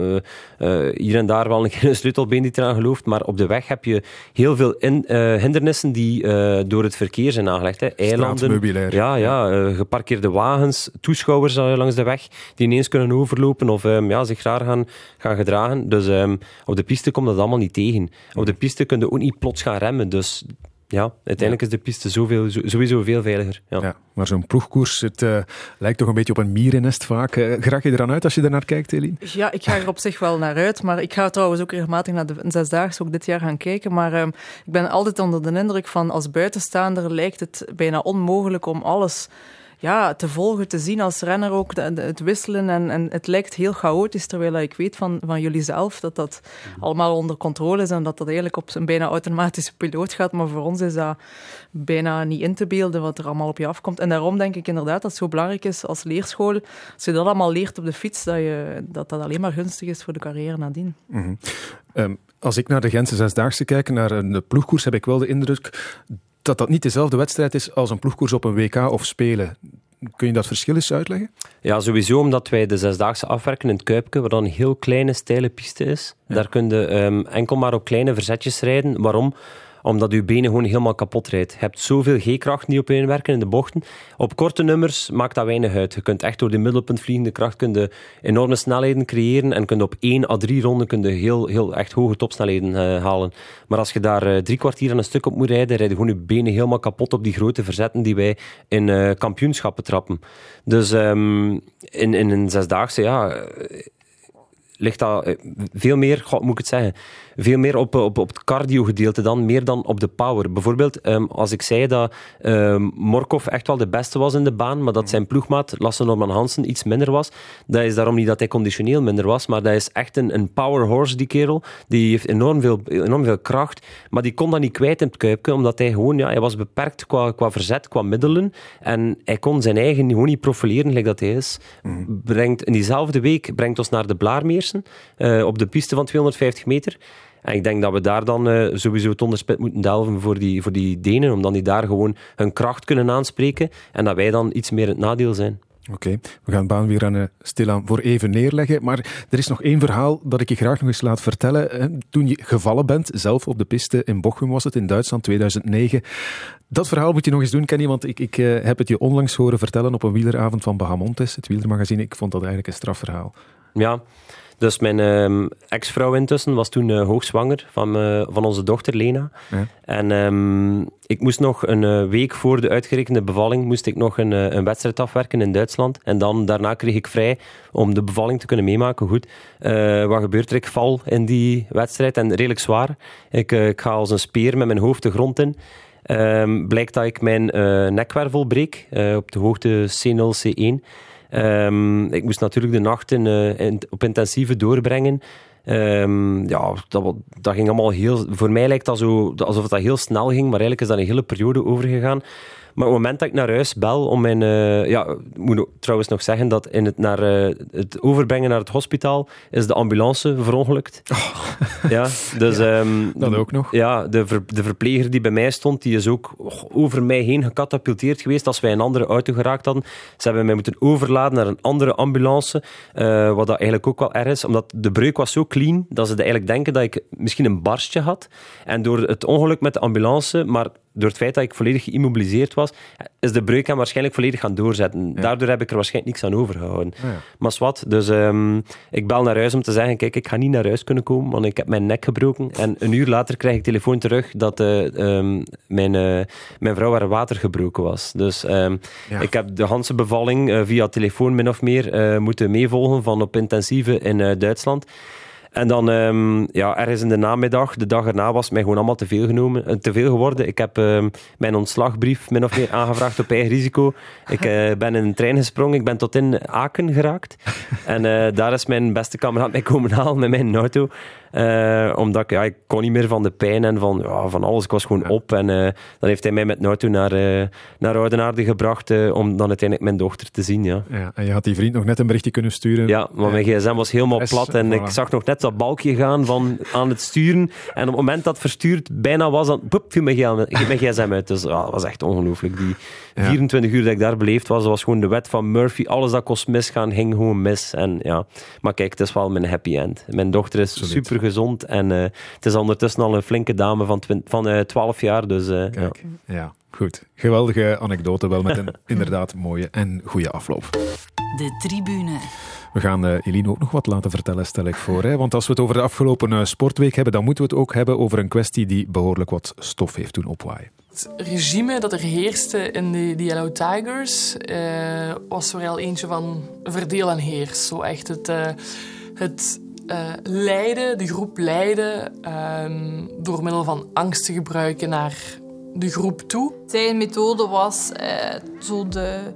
hier en daar wel een keer een sleutelbeen die eraan gelooft. Maar op de weg heb je heel veel hindernissen die door het verkeer zijn aangelegd. Hè. Eilanden, geparkeerde wagens, toeschouwers langs de weg die ineens kunnen overlopen of zich raar gaan gedragen. Dus op de piste komt dat allemaal niet tegen. Op de piste kun je ook niet plots gaan remmen. Dus ja, uiteindelijk is de piste sowieso veel veiliger. Ja, maar zo'n ploegkoers, het lijkt toch een beetje op een mierennest vaak. Raak je eraan uit als je ernaar kijkt, Eline? Ja, ik ga er op zich wel naar uit. Maar ik ga trouwens ook regelmatig naar de Zesdaagse, ook dit jaar gaan kijken. Maar ik ben altijd onder de indruk van, als buitenstaander lijkt het bijna onmogelijk om alles te volgen, te zien als renner ook, het wisselen. En het lijkt heel chaotisch, terwijl ik weet van jullie zelf dat allemaal onder controle is en dat eigenlijk op een bijna automatische piloot gaat. Maar voor ons is dat bijna niet in te beelden wat er allemaal op je afkomt. En daarom denk ik inderdaad dat het zo belangrijk is als leerschool, als je dat allemaal leert op de fiets, dat alleen maar gunstig is voor de carrière nadien. Mm-hmm. Als ik naar de Gentse Zesdaagse kijk, naar de ploegkoers, heb ik wel de indruk dat niet dezelfde wedstrijd is als een ploegkoers op een WK of Spelen. Kun je dat verschil eens uitleggen? Ja, sowieso omdat wij de Zesdaagse afwerken in het Kuipke, waar dan een heel kleine, steile piste is. Ja. Daar kun je enkel maar op kleine verzetjes rijden. Waarom? Omdat je benen gewoon helemaal kapot rijdt. Je hebt zoveel G-krachten die op je inwerken in de bochten. Op korte nummers maakt dat weinig uit. Je kunt echt door de middelpuntvliegende kracht enorme snelheden creëren en kunt op 1 à 3 ronden heel echt hoge topsnelheden halen. Maar als je daar 3 kwartier aan een stuk op moet rijden, rijden gewoon je benen helemaal kapot op die grote verzetten die wij in kampioenschappen trappen. Dus in een Zesdaagse, ligt dat veel meer, moet ik het zeggen, veel meer op het cardio-gedeelte dan, meer dan op de power. Bijvoorbeeld, als ik zei dat Morkov echt wel de beste was in de baan, maar dat zijn ploegmaat Lasse Norman Hansen iets minder was, dat is daarom niet dat hij conditioneel minder was, maar dat is echt een power horse, die kerel. Die heeft enorm veel kracht, maar die kon dat niet kwijt in het Kuipke, omdat hij gewoon, hij was beperkt qua verzet, qua middelen, en hij kon zijn eigen gewoon niet profileren, gelijk dat hij is. In diezelfde week brengt ons naar de Blaarmeersen, op de piste van 250 meter. En ik denk dat we daar dan sowieso het onderspit moeten delven voor die Denen, omdat die daar gewoon hun kracht kunnen aanspreken en dat wij dan iets meer het nadeel zijn. Oké, we gaan de baan weer stilaan voor even neerleggen. Maar er is nog één verhaal dat ik je graag nog eens laat vertellen. Toen je gevallen bent, zelf op de piste in Bochum was het, in Duitsland, 2009. Dat verhaal moet je nog eens doen, Kenny, want ik heb het je onlangs horen vertellen op een wieleravond van Bahamontes, het wielermagazine. Ik vond dat eigenlijk een strafverhaal. Ja, dus mijn ex-vrouw intussen was toen hoogzwanger van onze dochter Lena. Ja. En ik moest nog een week voor de uitgerekende bevalling moest ik nog een wedstrijd afwerken in Duitsland. En daarna kreeg ik vrij om de bevalling te kunnen meemaken. Goed, wat gebeurt er? Ik val in die wedstrijd en redelijk zwaar. Ik ga als een speer met mijn hoofd de grond in. Blijkt dat ik mijn nekwervel breek op de hoogte C0, C1. Ik moest natuurlijk de nacht op intensieve doorbrengen. Dat ging allemaal heel... Voor mij lijkt dat zo alsof dat heel snel ging, maar eigenlijk is dat een hele periode overgegaan. Maar op het moment dat ik naar huis bel om mijn... ik moet trouwens nog zeggen dat in het overbrengen naar het hospitaal is de ambulance verongelukt. Oh. Ja, dus... dat ook nog. Ja, de verpleger die bij mij stond, die is ook over mij heen gecatapulteerd geweest als wij een andere auto geraakt hadden. Ze hebben mij moeten overladen naar een andere ambulance, wat dat eigenlijk ook wel erg is, omdat de breuk was zo clean, dat ze eigenlijk denken dat ik misschien een barstje had. En door het ongeluk met de ambulance, maar door het feit dat ik volledig geïmmobiliseerd was, is de breuk hem waarschijnlijk volledig gaan doorzetten. Ja. Daardoor heb ik er waarschijnlijk niks aan overgehouden. Ja. Maar zwart, dus ik bel naar huis om te zeggen, kijk, ik ga niet naar huis kunnen komen, want ik heb mijn nek gebroken. En een uur later krijg ik telefoon terug dat mijn vrouw haar water gebroken was. Dus ik heb de hele bevalling via telefoon min of meer moeten meevolgen van op intensieve in Duitsland. En dan, ergens in de namiddag, de dag erna, was het mij gewoon allemaal te veel geworden. Ik heb mijn ontslagbrief min of meer aangevraagd op eigen risico. Ik ben in een trein gesprongen, ik ben tot in Aken geraakt. En daar is mijn beste kameraad mij komen halen met mijn auto. Omdat ik kon niet meer van de pijn en van alles. Ik was gewoon op. En dan heeft hij mij met de auto naar Oudenaarde gebracht om dan uiteindelijk mijn dochter te zien. Ja. Ja, en je had die vriend nog net een berichtje kunnen sturen. Ja, maar mijn gsm was helemaal plat en ik zag nog net dat balkje gaan van aan het sturen. En op het moment dat het verstuurd bijna was, dan viel mijn gsm uit. Dus dat was echt ongelooflijk. Die 24 uur dat ik daar beleefd was, dat was gewoon de wet van Murphy. Alles dat kost misgaan, ging gewoon mis. En, ja. Maar kijk, het is wel mijn happy end. Mijn dochter is super gezond en het is ondertussen al een flinke dame van 12 jaar. Dus, kijk, ja, goed. Geweldige anekdote, wel met een inderdaad mooie en goede afloop. De tribune. We gaan Eline ook nog wat laten vertellen, stel ik voor. Hè? Want als we het over de afgelopen sportweek hebben, dan moeten we het ook hebben over een kwestie die behoorlijk wat stof heeft doen opwaaien. Het regime dat er heerste in de Yellow Tigers was er al eentje van verdeel en heers. Zo echt het leiden, de groep leiden, door middel van angst te gebruiken naar de groep toe. Zijn methode was zo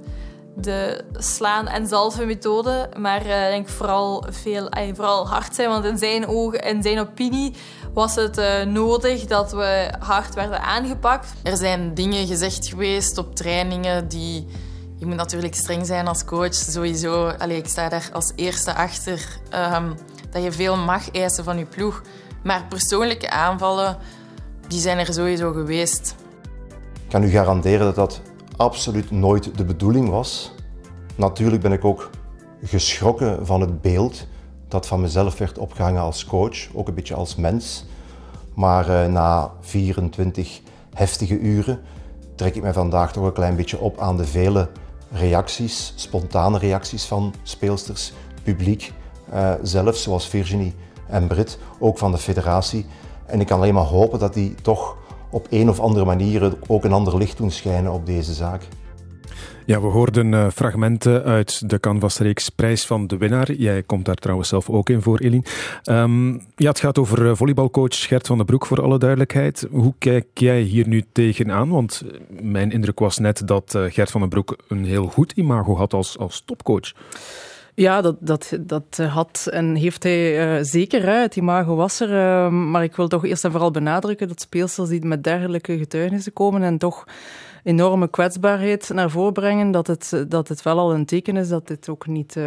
de slaan- en zalven-methode, maar ik denk vooral hard zijn, want in zijn ogen, in zijn opinie, was het nodig dat we hard werden aangepakt. Er zijn dingen gezegd geweest op trainingen die... Je moet natuurlijk streng zijn als coach, sowieso. Ik sta daar als eerste achter dat je veel mag eisen van je ploeg. Maar persoonlijke aanvallen, die zijn er sowieso geweest. Ik kan u garanderen dat dat absoluut nooit de bedoeling was. Natuurlijk ben ik ook geschrokken van het beeld dat van mezelf werd opgehangen als coach, ook een beetje als mens. Maar na 24 heftige uren trek ik mij vandaag toch een klein beetje op aan de vele reacties, spontane reacties van speelsters, publiek, zelfs zoals Virginie en Britt, ook van de federatie. En ik kan alleen maar hopen dat die toch op een of andere manier ook een ander licht doen schijnen op deze zaak. Ja, we hoorden fragmenten uit de Canvasreeks Prijs van de Winnaar. Jij komt daar trouwens zelf ook in voor, Eline. Het gaat over volleybalcoach Gert van den Broek, voor alle duidelijkheid. Hoe kijk jij hier nu tegenaan? Want mijn indruk was net dat Gert van den Broek een heel goed imago had als topcoach. Ja, dat had en heeft hij zeker. Hè. Het imago was er. Maar ik wil toch eerst en vooral benadrukken dat speelsters die met dergelijke getuigenissen komen en toch enorme kwetsbaarheid naar voren brengen, dat het wel al een teken is dat dit ook niet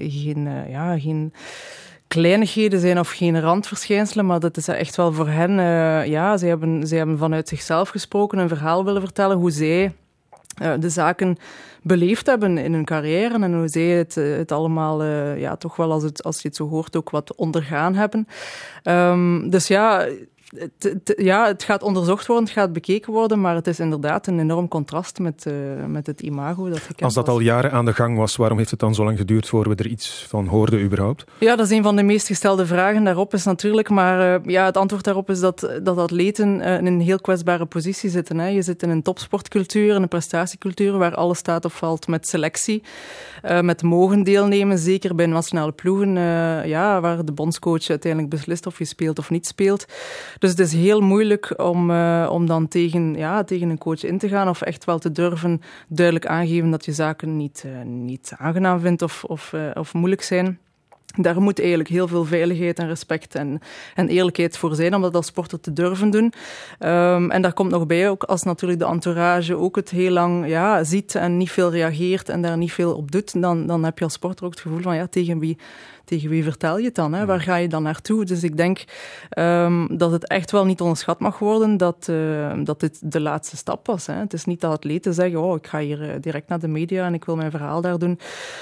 geen kleinigheden zijn of geen randverschijnselen, maar dat is echt wel voor hen... Zij hebben vanuit zichzelf gesproken, een verhaal willen vertellen hoe zij de zaken beleefd hebben in hun carrière en hoe zij het allemaal, toch wel als je het zo hoort, ook wat ondergaan hebben. Dus ja... Het gaat onderzocht worden, het gaat bekeken worden, maar het is inderdaad een enorm contrast met het imago dat gekend Als dat al jaren aan de gang was, waarom heeft het dan zo lang geduurd voor we er iets van hoorden überhaupt? Ja, dat is een van de meest gestelde vragen daarop is natuurlijk, maar het antwoord daarop is dat atleten in een heel kwetsbare positie zitten. Hè. Je zit in een topsportcultuur, in een prestatiecultuur, waar alles staat of valt met selectie, met mogen deelnemen, zeker bij nationale ploegen, waar de bondscoach uiteindelijk beslist of je speelt of niet speelt. Dus het is heel moeilijk om dan tegen een coach in te gaan of echt wel te durven duidelijk aangeven dat je zaken niet aangenaam vindt of moeilijk zijn. Daar moet eigenlijk heel veel veiligheid en respect en eerlijkheid voor zijn om dat als sporter te durven doen. En daar komt nog bij, ook als natuurlijk de entourage ook het heel lang ziet en niet veel reageert en daar niet veel op doet, dan heb je als sporter ook het gevoel van tegen wie vertel je het dan? Hè? Waar ga je dan naartoe? Dus ik denk dat het echt wel niet onderschat mag worden dat dit de laatste stap was. Hè? Het is niet dat atleten zeggen, ik ga hier direct naar de media en ik wil mijn verhaal daar doen.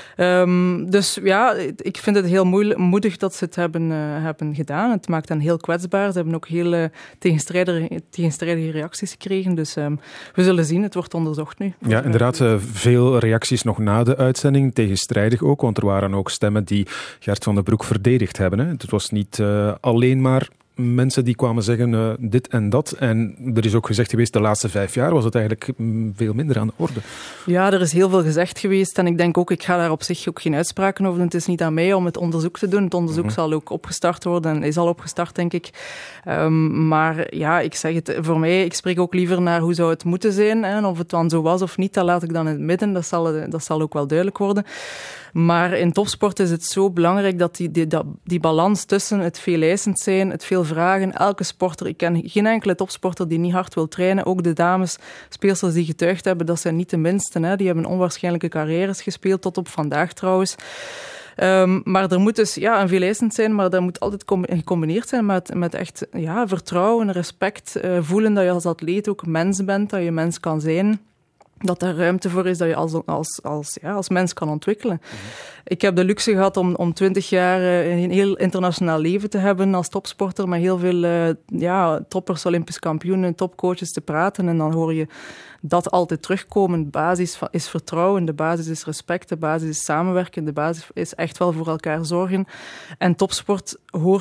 Dus ja, ik vind het heel moedig dat ze het hebben gedaan. Het maakt hen heel kwetsbaar. Ze hebben ook heel tegenstrijdige reacties gekregen. Dus we zullen zien, het wordt onderzocht nu. Ja, inderdaad, veel reacties nog na de uitzending, tegenstrijdig ook, want er waren ook stemmen die Gert van den Broek verdedigd hebben. Hè. Het was niet alleen maar mensen die kwamen zeggen dit en dat. En er is ook gezegd geweest, de laatste 5 jaar was het eigenlijk veel minder aan de orde. Ja, er is heel veel gezegd geweest. En ik denk ook, ik ga daar op zich ook geen uitspraken over doen. Het is niet aan mij om het onderzoek te doen. Het onderzoek zal ook opgestart worden en is al opgestart, denk ik. Maar ja, ik zeg het voor mij, ik spreek ook liever naar hoe zou het moeten zijn. Hè. En of het dan zo was of niet, dat laat ik dan in het midden. Dat zal ook wel duidelijk worden. Maar in topsport is het zo belangrijk dat die balans tussen het veel eisend zijn, het veel vragen, elke sporter, ik ken geen enkele topsporter die niet hard wil trainen, ook de dames, speelsters die getuigd hebben, dat zijn niet de minsten, hè. Die hebben onwaarschijnlijke carrières gespeeld, tot op vandaag trouwens. Maar er moet dus een veel eisend zijn, maar dat moet altijd gecombineerd zijn met echt vertrouwen, respect, voelen dat je als atleet ook mens bent, dat je mens kan zijn. Dat er ruimte voor is dat je als mens kan ontwikkelen. Ik heb de luxe gehad om 20 jaar een heel internationaal leven te hebben als topsporter, met heel veel toppers, Olympisch kampioenen, topcoaches te praten. En dan hoor je dat altijd terugkomen. De basis is vertrouwen, de basis is respect, de basis is samenwerken, de basis is echt wel voor elkaar zorgen. En topsport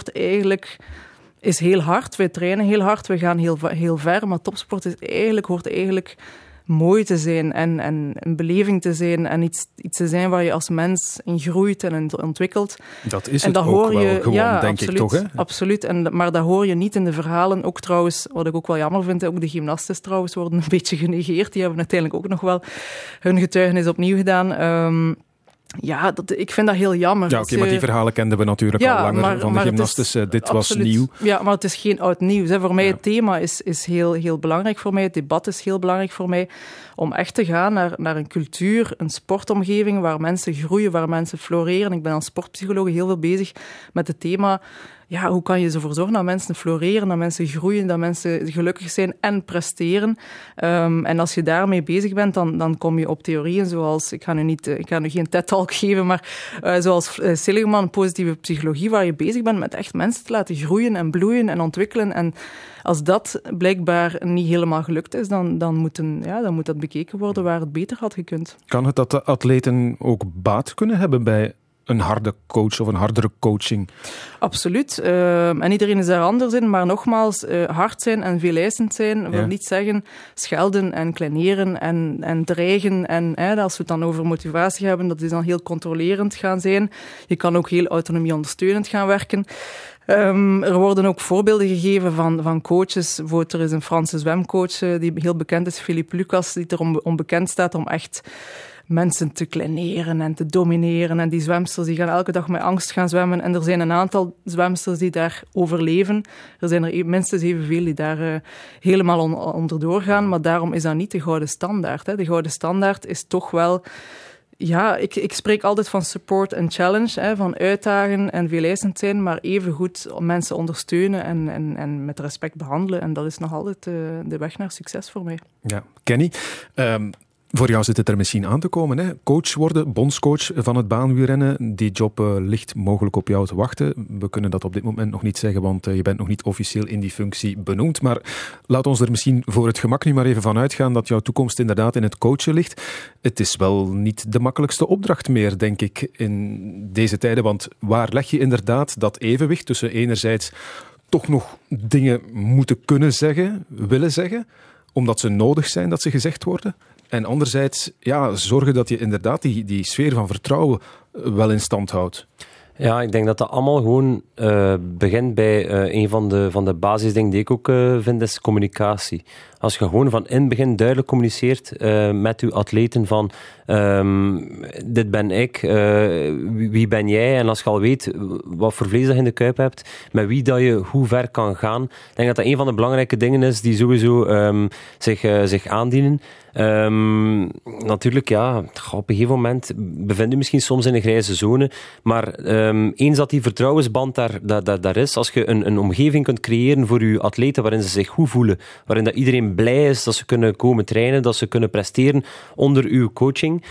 is heel hard. Wij trainen heel hard, we gaan heel ver, maar topsport hoort eigenlijk mooi te zijn en een beleving te zijn en iets te zijn waar je als mens in groeit en in ontwikkelt. Dat is het ook wel gewoon, denk ik toch? Hè? Absoluut, maar dat hoor je niet in de verhalen. Ook trouwens, wat ik ook wel jammer vind, ook de gymnasten trouwens worden een beetje genegeerd. Die hebben uiteindelijk ook nog wel hun getuigenis opnieuw gedaan. Ik vind dat heel jammer. Ja, oké, maar die verhalen kenden we natuurlijk al langer van de gymnasten. Dit was nieuw. Ja, maar het is geen oud nieuws. Hè. Voor mij het thema is heel, heel belangrijk voor mij. Het debat is heel belangrijk voor mij. Om echt te gaan naar een cultuur, een sportomgeving waar mensen groeien, waar mensen floreren. Ik ben als sportpsycholoog heel veel bezig met het thema. Ja, hoe kan je ervoor zorgen dat mensen floreren, dat mensen groeien, dat mensen gelukkig zijn en presteren. En als je daarmee bezig bent, dan kom je op theorieën zoals, ik ga nu geen TED-talk geven, maar zoals Seligman, positieve psychologie, waar je bezig bent met echt mensen te laten groeien en bloeien en ontwikkelen. En als dat blijkbaar niet helemaal gelukt is, dan moet dat bekeken worden waar het beter had gekund. Kan het dat de atleten ook baat kunnen hebben bij een harde coach of een hardere coaching? Absoluut. En iedereen is daar anders in, maar nogmaals, hard zijn en veel eisend zijn wil niet zeggen schelden en kleineren en dreigen. En als we het dan over motivatie hebben, dat is dan heel controlerend gaan zijn. Je kan ook heel autonomie-ondersteunend gaan werken. Er worden ook voorbeelden gegeven van coaches. Bijvoorbeeld, er is een Franse zwemcoach die heel bekend is, Philippe Lucas, die er onbekend staat om echt mensen te kleineren en te domineren. En die zwemsters die gaan elke dag met angst gaan zwemmen. En er zijn een aantal zwemsters die daar overleven. Er zijn er minstens evenveel die daar helemaal onderdoor gaan. Maar daarom is dat niet de gouden standaard. Hè. De gouden standaard is toch wel... Ja, ik spreek altijd van support en challenge, van uitdagen en veel eisend zijn, maar evengoed om mensen ondersteunen en met respect behandelen. En dat is nog altijd de weg naar succes voor mij. Ja, Kenny, Voor jou zit het er misschien aan te komen, hè? Coach worden, bondscoach van het baanwielrennen. Die job ligt mogelijk op jou te wachten. We kunnen dat op dit moment nog niet zeggen, want je bent nog niet officieel in die functie benoemd. Maar laat ons er misschien voor het gemak nu maar even van uitgaan dat jouw toekomst inderdaad in het coachen ligt. Het is wel niet de makkelijkste opdracht meer, denk ik, in deze tijden. Want waar leg je inderdaad dat evenwicht tussen enerzijds toch nog dingen moeten kunnen zeggen, willen zeggen, omdat ze nodig zijn dat ze gezegd worden? En anderzijds zorgen dat je inderdaad die sfeer van vertrouwen wel in stand houdt. Ja, ik denk dat dat allemaal gewoon begint bij een van de basisdingen die ik ook vind, is communicatie. Als je gewoon van in het begin duidelijk communiceert met je atleten van dit ben ik, wie ben jij? En als je al weet wat voor vlees dat je in de kuip hebt, met wie dat je hoe ver kan gaan. Ik denk dat dat een van de belangrijke dingen is die sowieso zich aandienen. Natuurlijk, op een gegeven moment bevind je misschien soms in een grijze zone, maar eens dat die vertrouwensband daar is, als je een omgeving kunt creëren voor je atleten waarin ze zich goed voelen, waarin dat iedereen blij is dat ze kunnen komen trainen, dat ze kunnen presteren onder uw coaching.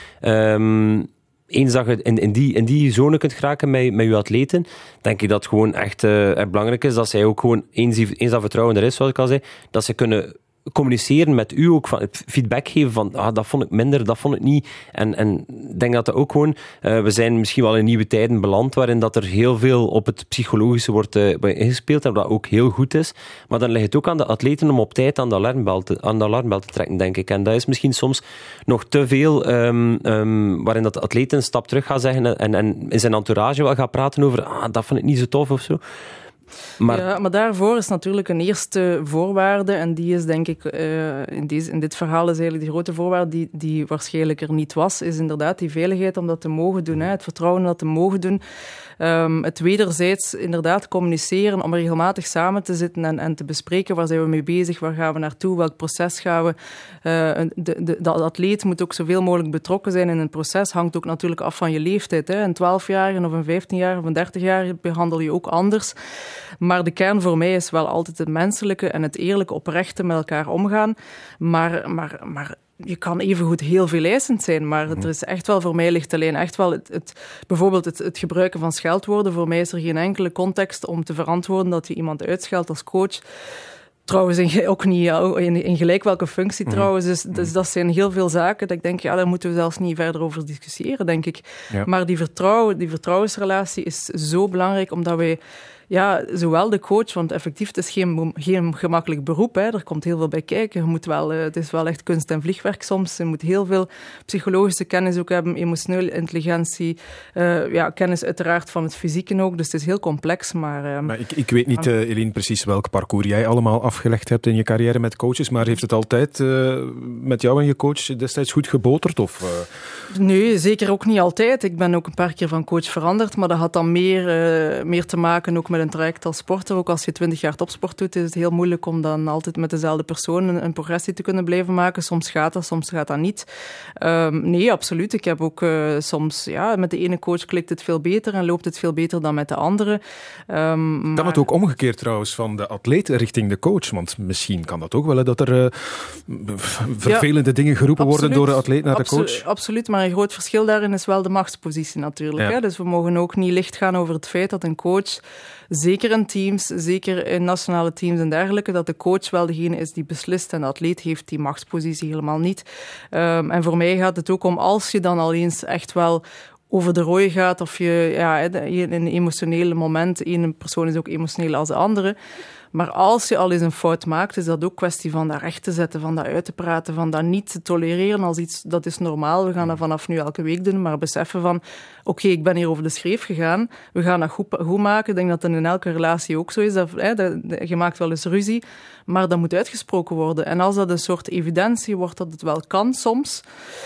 Eens dat je in die zone kunt geraken met je atleten, denk ik dat het gewoon echt belangrijk is dat zij ook gewoon, eens dat vertrouwen er is, zoals ik al zei, dat ze kunnen communiceren met u ook, feedback geven van dat vond ik minder, dat vond ik niet. En ik denk dat ook gewoon, we zijn misschien wel in nieuwe tijden beland waarin dat er heel veel op het psychologische wordt ingespeeld en dat ook heel goed is. Maar dan ligt het ook aan de atleten om op tijd aan de alarmbel te trekken, denk ik. En dat is misschien soms nog te veel waarin dat de atleet een stap terug gaat zeggen en in zijn entourage wel gaat praten over dat vond ik niet zo tof of zo. Maar daarvoor is natuurlijk een eerste voorwaarde, en die is denk ik, in dit verhaal is eigenlijk de grote voorwaarde die waarschijnlijk er niet was, is inderdaad die veiligheid om dat te mogen doen, het vertrouwen om dat te mogen doen. Het wederzijds inderdaad communiceren, om regelmatig samen te zitten en te bespreken waar zijn we mee bezig, waar gaan we naartoe, welk proces gaan we. De atleet moet ook zoveel mogelijk betrokken zijn in het proces, hangt ook natuurlijk af van je leeftijd. Een 12-jarige of een 15-jarige of een 30-jarige behandel je ook anders. Maar de kern voor mij is wel altijd het menselijke en het eerlijke, oprechte met elkaar omgaan. Maar je kan evengoed heel veel eisend zijn, maar er is echt wel, voor mij ligt alleen echt wel bijvoorbeeld het gebruiken van scheldwoorden. Voor mij is er geen enkele context om te verantwoorden dat je iemand uitscheldt als coach. Trouwens, ook niet in gelijk welke functie trouwens. Dus dat zijn heel veel zaken dat ik denk, daar moeten we zelfs niet verder over discussiëren, denk ik. Ja. Maar die vertrouwensrelatie is zo belangrijk, omdat wij zowel de coach, want effectief, het is geen gemakkelijk beroep. Er komt heel veel bij kijken. Het is wel echt kunst en vliegwerk soms. Je moet heel veel psychologische kennis ook hebben, emotionele intelligentie, kennis uiteraard van het fysieke ook. Dus het is heel complex. Maar ik weet niet, Eline, precies welk parcours jij allemaal afgelegd hebt in je carrière met coaches, maar heeft het altijd met jou en je coach destijds goed geboterd? Of? Nee, zeker ook niet altijd. Ik ben ook een paar keer van coach veranderd, maar dat had dan meer te maken ook met een traject als sporter. Ook als je 20 jaar topsport doet, is het heel moeilijk om dan altijd met dezelfde persoon een progressie te kunnen blijven maken. Soms gaat dat niet. Nee, absoluut. Ik heb ook soms, met de ene coach klikt het veel beter en loopt het veel beter dan met de andere. Kan het ook omgekeerd trouwens van de atleet richting de coach? Want misschien kan dat ook wel, dat er vervelende dingen geroepen worden door de atleet naar de coach. Absoluut, maar een groot verschil daarin is wel de machtspositie natuurlijk. Ja. Dus we mogen ook niet licht gaan over het feit dat een coach, zeker in teams, zeker in nationale teams en dergelijke, dat de coach wel degene is die beslist en de atleet heeft die machtspositie helemaal niet. En voor mij gaat het ook om, als je dan al eens echt wel over de rooi gaat, of je in een emotionele moment, één persoon is ook emotioneel als de andere. Maar als je al eens een fout maakt, is dat ook kwestie van dat recht te zetten, van dat uit te praten, van dat niet te tolereren als iets, dat is normaal, we gaan dat vanaf nu elke week doen, maar beseffen van, oké, ik ben hier over de schreef gegaan, we gaan dat goed maken. Ik denk dat dat in elke relatie ook zo is, je maakt wel eens ruzie, maar dat moet uitgesproken worden. En als dat een soort evidentie wordt dat het wel kan soms,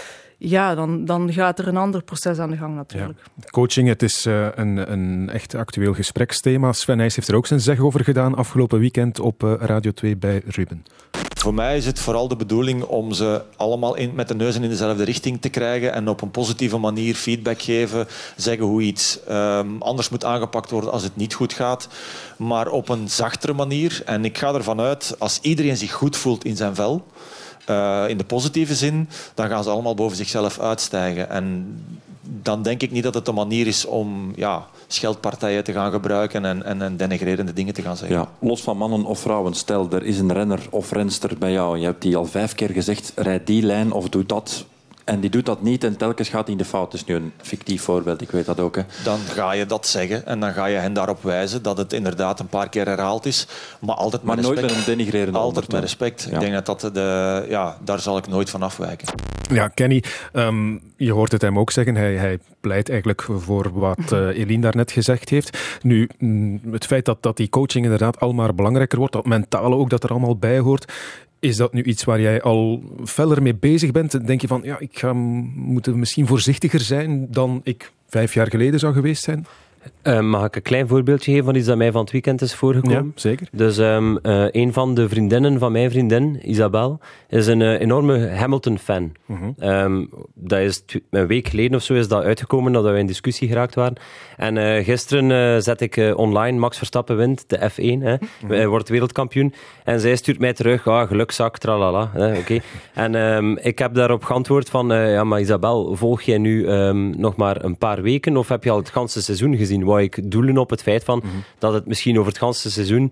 dan gaat er een ander proces aan de gang natuurlijk. Ja. Coaching, het is een echt actueel gespreksthema. Sven Nys heeft er ook zijn zeg over gedaan afgelopen weekend op Radio 2 bij Ruben. Voor mij is het vooral de bedoeling om ze allemaal met de neuzen in dezelfde richting te krijgen en op een positieve manier feedback geven, zeggen hoe iets anders moet aangepakt worden als het niet goed gaat, maar op een zachtere manier. En ik ga ervan uit, als iedereen zich goed voelt in zijn vel, in de positieve zin, dan gaan ze allemaal boven zichzelf uitstijgen. En dan denk ik niet dat het de manier is om scheldpartijen te gaan gebruiken en denigrerende dingen te gaan zeggen. Ja, los van mannen of vrouwen. Stel, er is een renner of renster bij jou en je hebt die al 5 keer gezegd, rijd die lijn of doe dat. En die doet dat niet en telkens gaat hij in de fout. Dat is nu een fictief voorbeeld, ik weet dat ook. Hè. Dan ga je dat zeggen en dan ga je hen daarop wijzen dat het inderdaad een paar keer herhaald is. Maar altijd met respect. Nooit met een denigrerende altijd met respect. Ja. Ik denk dat daar zal ik nooit van afwijken. Ja, Kenny, je hoort het hem ook zeggen. Hij pleit eigenlijk voor wat Eline daarnet gezegd heeft. Nu, het feit dat die coaching inderdaad al maar belangrijker wordt, dat mentale ook, dat er allemaal bij hoort. Is dat nu iets waar jij al feller mee bezig bent? Denk je van, ik moet misschien voorzichtiger zijn dan ik 5 jaar geleden zou geweest zijn? Mag ik een klein voorbeeldje geven van iets dat mij van het weekend is voorgekomen? Ja, zeker. Dus een van de vriendinnen van mijn vriendin, Isabel, is een enorme Hamilton-fan. Dat is een week geleden of zo is dat uitgekomen, nadat wij in discussie geraakt waren. En gisteren zet ik online, Max Verstappen wint, de F1. Hij wordt wereldkampioen. En zij stuurt mij terug, gelukzak, tralala. Okay. En ik heb daarop geantwoord van, maar Isabel, volg jij nu nog maar een paar weken of heb je al het ganse seizoen gezien? Wou ik doelen op het feit van dat het misschien over het ganse seizoen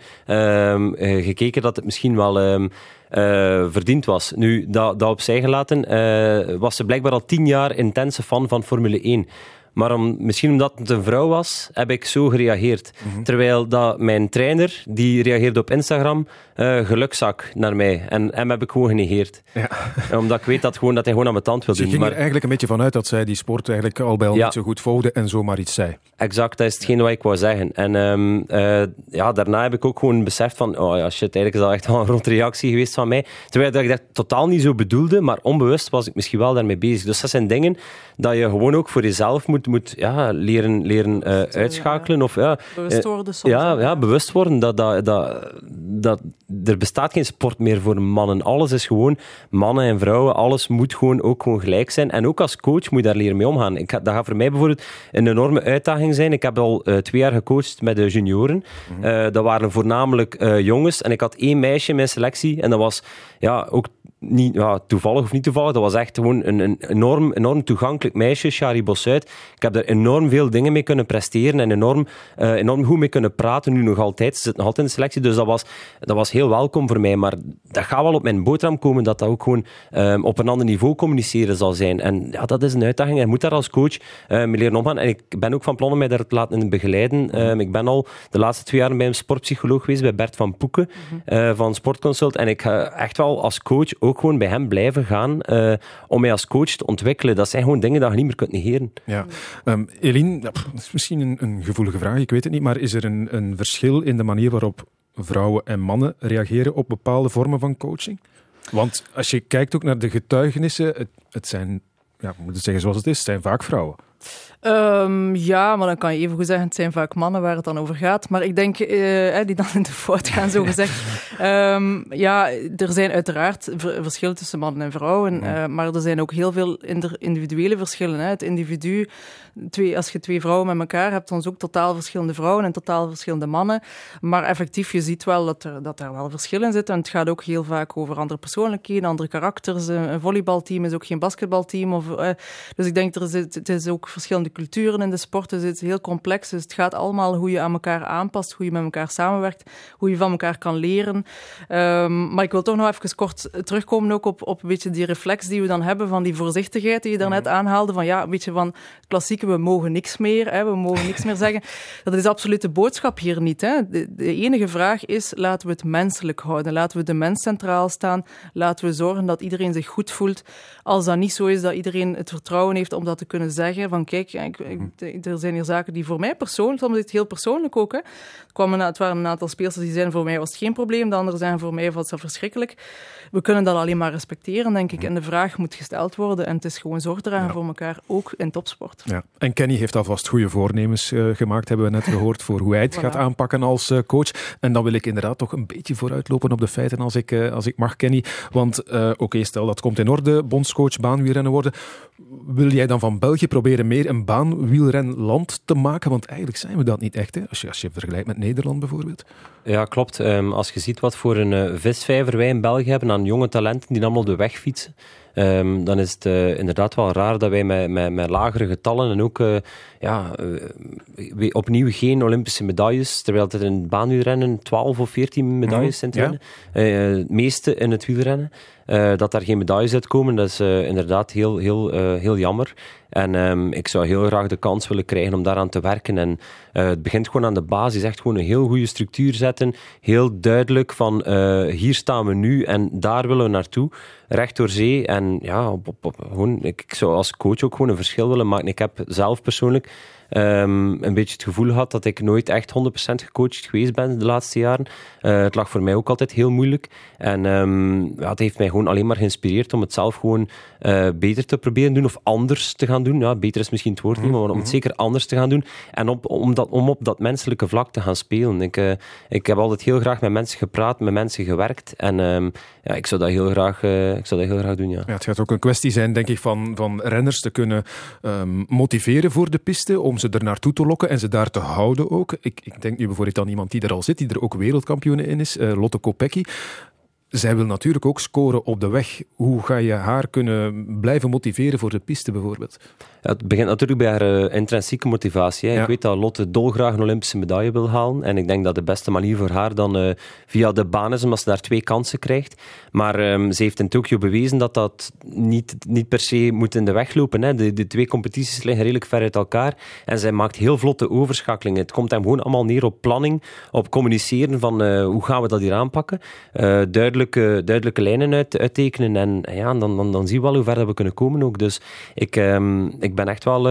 gekeken dat het misschien wel verdiend was. Nu, dat opzij gelaten, was ze blijkbaar al 10 jaar intense fan van Formule 1. Maar misschien omdat het een vrouw was, heb ik zo gereageerd. Terwijl dat mijn trainer, die reageerde op Instagram, gelukzak naar mij. En hem heb ik gewoon genegeerd. Ja. Omdat ik weet dat hij gewoon aan mijn tand wil doen. Je ging er eigenlijk een beetje vanuit dat zij die sport eigenlijk al bij al niet zo goed volgde en zomaar iets zei. Exact, dat is hetgeen wat ik wou zeggen. En daarna heb ik ook gewoon beseft van, eigenlijk is dat echt wel een rot reactie geweest van mij. Terwijl dat ik dat totaal niet zo bedoelde, maar onbewust was ik misschien wel daarmee bezig. Dus dat zijn dingen dat je gewoon ook voor jezelf moet leren uitschakelen. Of, bewust worden soms. Bewust worden. Dat er bestaat geen sport meer voor mannen. Alles is gewoon mannen en vrouwen. Alles moet ook gewoon gelijk zijn. En ook als coach moet je daar leren mee omgaan. Dat gaat voor mij bijvoorbeeld een enorme uitdaging zijn. Ik heb al 2 jaar gecoacht met de junioren. Dat waren voornamelijk jongens. En ik had 1 meisje in mijn selectie. En dat was ook niet toevallig of niet toevallig. Dat was echt gewoon een enorm toegankelijk meisje, Shari Bossuit. Ik heb daar enorm veel dingen mee kunnen presteren en enorm goed mee kunnen praten. Nu nog altijd. Ze zit nog altijd in de selectie. Dus dat was heel welkom voor mij. Maar dat gaat wel op mijn boterham komen dat ook gewoon op een ander niveau communiceren zal zijn. En dat is een uitdaging. Je moet daar als coach mee leren omgaan. En ik ben ook van plan om mij daar te laten begeleiden. Ik ben al de laatste 2 jaar bij een sportpsycholoog geweest, bij Bert van Poeken van Sportconsult. En ik ga echt wel als coach ook gewoon bij hem blijven gaan om mij als coach te ontwikkelen. Dat zijn gewoon dingen dat je niet meer kunt negeren. Ja. Eline, dat is misschien een gevoelige vraag, ik weet het niet, maar is er een verschil in de manier waarop vrouwen en mannen reageren op bepaalde vormen van coaching? Want als je kijkt ook naar de getuigenissen, het zijn, we moeten zeggen zoals het is, het zijn vaak vrouwen. Maar dan kan je even goed zeggen, het zijn vaak mannen waar het dan over gaat. Maar ik denk, die dan in de fout gaan, zo gezegd. Er zijn uiteraard verschillen tussen mannen en vrouwen. Maar er zijn ook heel veel individuele verschillen. Het individu, als je 2 vrouwen met elkaar hebt, dan ook totaal verschillende vrouwen en totaal verschillende mannen. Maar effectief, je ziet wel dat er wel verschillen zitten. En het gaat ook heel vaak over andere persoonlijkheden, andere karakters. Een volleybalteam is ook geen basketbalteam. Dus ik denk, het is ook verschillende culturen in de sport, dus het is heel complex. Dus het gaat allemaal hoe je aan elkaar aanpast, hoe je met elkaar samenwerkt, hoe je van elkaar kan leren. Maar ik wil toch nog even kort terugkomen ook op een beetje die reflex die we dan hebben van die voorzichtigheid die je daarnet aanhaalde, van een beetje van het klassieke, we mogen niks meer, we mogen niks meer zeggen. Dat is absoluut de boodschap hier niet. De enige vraag is, laten we het menselijk houden, laten we de mens centraal staan, laten we zorgen dat iedereen zich goed voelt. Als dat niet zo is, dat iedereen het vertrouwen heeft om dat te kunnen zeggen, van kijk, Er zijn hier zaken die voor mij persoonlijk, soms is het heel persoonlijk ook. Hè. Het waren een aantal speelsters die zeiden, voor mij was het geen probleem. De anderen zijn voor mij was dat verschrikkelijk. We kunnen dat alleen maar respecteren, denk ik. En de vraag moet gesteld worden. En het is gewoon zorg dragen voor elkaar, ook in topsport. Ja. En Kenny heeft alvast goede voornemens gemaakt, hebben we net gehoord, voor hoe hij het gaat aanpakken als coach. En dan wil ik inderdaad toch een beetje vooruitlopen op de feiten als ik mag, Kenny. Want stel dat komt in orde, bondscoach, baanwielrennen worden. Wil jij dan van België proberen meer een baanwielrenland te maken? Want eigenlijk zijn we dat niet echt, hè? Als je vergelijkt met Nederland bijvoorbeeld. Ja, klopt. Als je ziet wat voor een visvijver wij in België hebben aan jonge talenten die allemaal op de weg fietsen, dan is het inderdaad wel raar dat wij met lagere getallen en ook opnieuw geen Olympische medailles, terwijl het in het baanwielrennen 12 of 14 medailles zijn te winnen. Het meeste in het wielrennen. Dat daar geen medailles uitkomen, dat is inderdaad heel jammer. En ik zou heel graag de kans willen krijgen om daaraan te werken. En het begint gewoon aan de basis, echt gewoon een heel goede structuur zetten. Heel duidelijk van hier staan we nu en daar willen we naartoe. Recht door zee. En ja, gewoon, ik zou als coach ook gewoon een verschil willen maken. Ik heb zelf persoonlijk een beetje het gevoel gehad dat ik nooit echt 100% gecoacht geweest ben de laatste jaren. Het lag voor mij ook altijd heel moeilijk. En het heeft mij gewoon alleen maar geïnspireerd om het zelf gewoon beter te proberen doen of anders te gaan doen. Ja, beter is misschien het woord niet, maar om het zeker anders te gaan doen. En om op dat menselijke vlak te gaan spelen. Ik heb altijd heel graag met mensen gepraat, met mensen gewerkt. En ik zou dat heel graag doen, ja. Ja, het gaat ook een kwestie zijn, denk ik, van renners te kunnen motiveren voor de piste, om ze er naartoe te lokken en ze daar te houden ook. Ik denk nu bijvoorbeeld aan iemand die er al zit, die er ook wereldkampioene in is, Lotte Kopecky. Zij wil natuurlijk ook scoren op de weg. Hoe ga je haar kunnen blijven motiveren voor de piste bijvoorbeeld? Ja, het begint natuurlijk bij haar intrinsieke motivatie. Ja. Ik weet dat Lotte dolgraag een Olympische medaille wil halen. En ik denk dat de beste manier voor haar dan via de baan is, omdat ze daar 2 kansen krijgt. Maar ze heeft in Tokio bewezen dat dat niet per se moet in de weg lopen. Hè. De 2 competities liggen redelijk ver uit elkaar. En zij maakt heel vlotte overschakelingen. Het komt hem gewoon allemaal neer op planning, op communiceren van hoe gaan we dat hier aanpakken. Duidelijke lijnen uittekenen. En ja, dan zien we wel hoe ver dat we kunnen komen ook. Dus ik ben echt wel...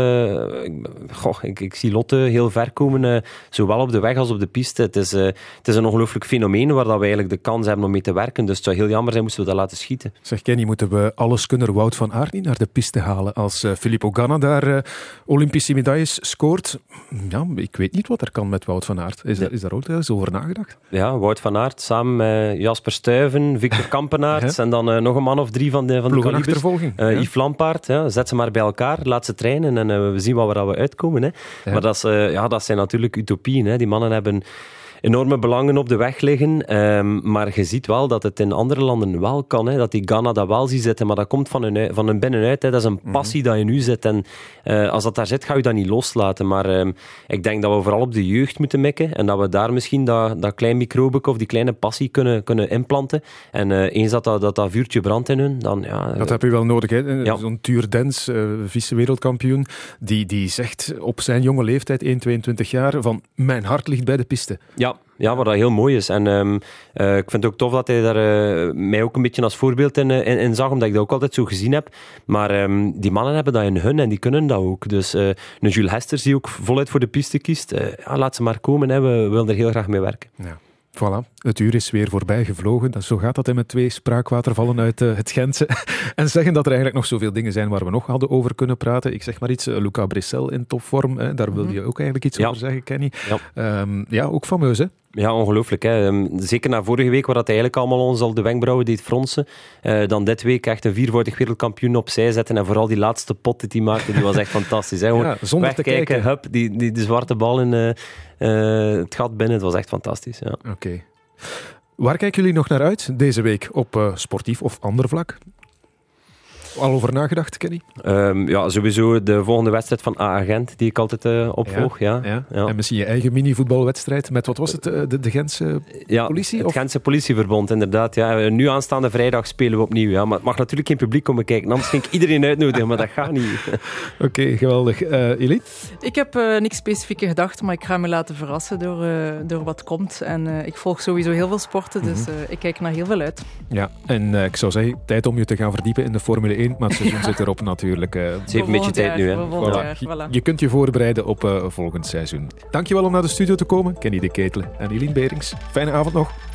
ik zie Lotte heel ver komen, zowel op de weg als op de piste. Het is een ongelooflijk fenomeen waar dat we eigenlijk de kans hebben om mee te werken. Dus het zou heel jammer zijn moesten we dat laten schieten. Zeg Kenny, moeten we alleskunner Wout van Aert niet naar de piste halen als Filippo Ganna daar Olympische medailles scoort? Ja, ik weet niet wat er kan met Wout van Aert. Is daar ook eens over nagedacht? Ja, Wout van Aert samen met Jasper Stuyven, Victor Kampenaerts en dan nog een man of 3 van de ploegenachtervolging. Yves Lampaert, zet ze maar bij elkaar, laat ze trainen en we zien waar we uitkomen. Hè. Ja. Maar dat zijn natuurlijk utopieën. Hè. Die mannen hebben enorme belangen op de weg liggen, maar je ziet wel dat het in andere landen wel kan, hè, dat die Ganna dat wel ziet zitten, maar dat komt van hun binnenuit. Hè. Dat is een passie dat je nu zit en als dat daar zit, ga je dat niet loslaten. Maar ik denk dat we vooral op de jeugd moeten mikken en dat we daar misschien dat klein microbe of die kleine passie kunnen implanten. En eens dat vuurtje brandt in hun, dan... Ja, dat heb je wel nodig, hè. Ja. Zo'n Tuur Dens, vice-wereldkampioen, die zegt op zijn jonge leeftijd, 1,22 jaar, van mijn hart ligt bij de piste. Ja, wat dat heel mooi is. En ik vind het ook tof dat hij daar mij ook een beetje als voorbeeld in zag, omdat ik dat ook altijd zo gezien heb. Maar die mannen hebben dat in hun en die kunnen dat ook. Dus een Jules Hesters die ook voluit voor de piste kiest, laat ze maar komen. Hè. We willen er heel graag mee werken. Ja. Voilà, het uur is weer voorbij gevlogen. Zo gaat dat met 2 spraakwatervallen uit het Gentse. En zeggen dat er eigenlijk nog zoveel dingen zijn waar we nog hadden over kunnen praten. Ik zeg maar iets, Luca Bressel in topvorm. Daar wil je ook eigenlijk iets over zeggen, Kenny. Ja, ook fameus, hè? Ja, ongelooflijk. Hè. Zeker na vorige week, waar dat eigenlijk allemaal ons al de wenkbrauwen deed fronsen. Dan dit week echt een 4-voudig wereldkampioen opzij zetten. En vooral die laatste pot die maakte, die was echt fantastisch. Hè. Gewoon zonder wegkijken, te kijken. hup, die zwarte bal in het gat binnen. Het was echt fantastisch. Ja. Oké. Waar kijken jullie nog naar uit deze week op sportief of ander vlak? Al over nagedacht, Kenny? Sowieso de volgende wedstrijd van AA Gent, die ik altijd opvolg. Ja. En misschien je eigen mini-voetbalwedstrijd met, wat was het, de Gentse politie? Het Gentse politieverbond, inderdaad. Ja. Nu aanstaande vrijdag spelen we opnieuw. Ja. Maar het mag natuurlijk geen publiek komen kijken, anders ging ik iedereen uitnodigen, maar dat gaat niet. Oké, geweldig. Elie? Ik heb niks specifieke gedachten, maar ik ga me laten verrassen door wat komt. En ik volg sowieso heel veel sporten, dus ik kijk naar heel veel uit. Ja, en ik zou zeggen, tijd om je te gaan verdiepen in de Formule 1 1, maar het seizoen zit erop natuurlijk. Het heeft een beetje tijd nu. Hè. Voilà. Je kunt je voorbereiden op volgend seizoen. Dankjewel om naar de studio te komen, Kenny de Ketelen en Eline Berings. Fijne avond nog.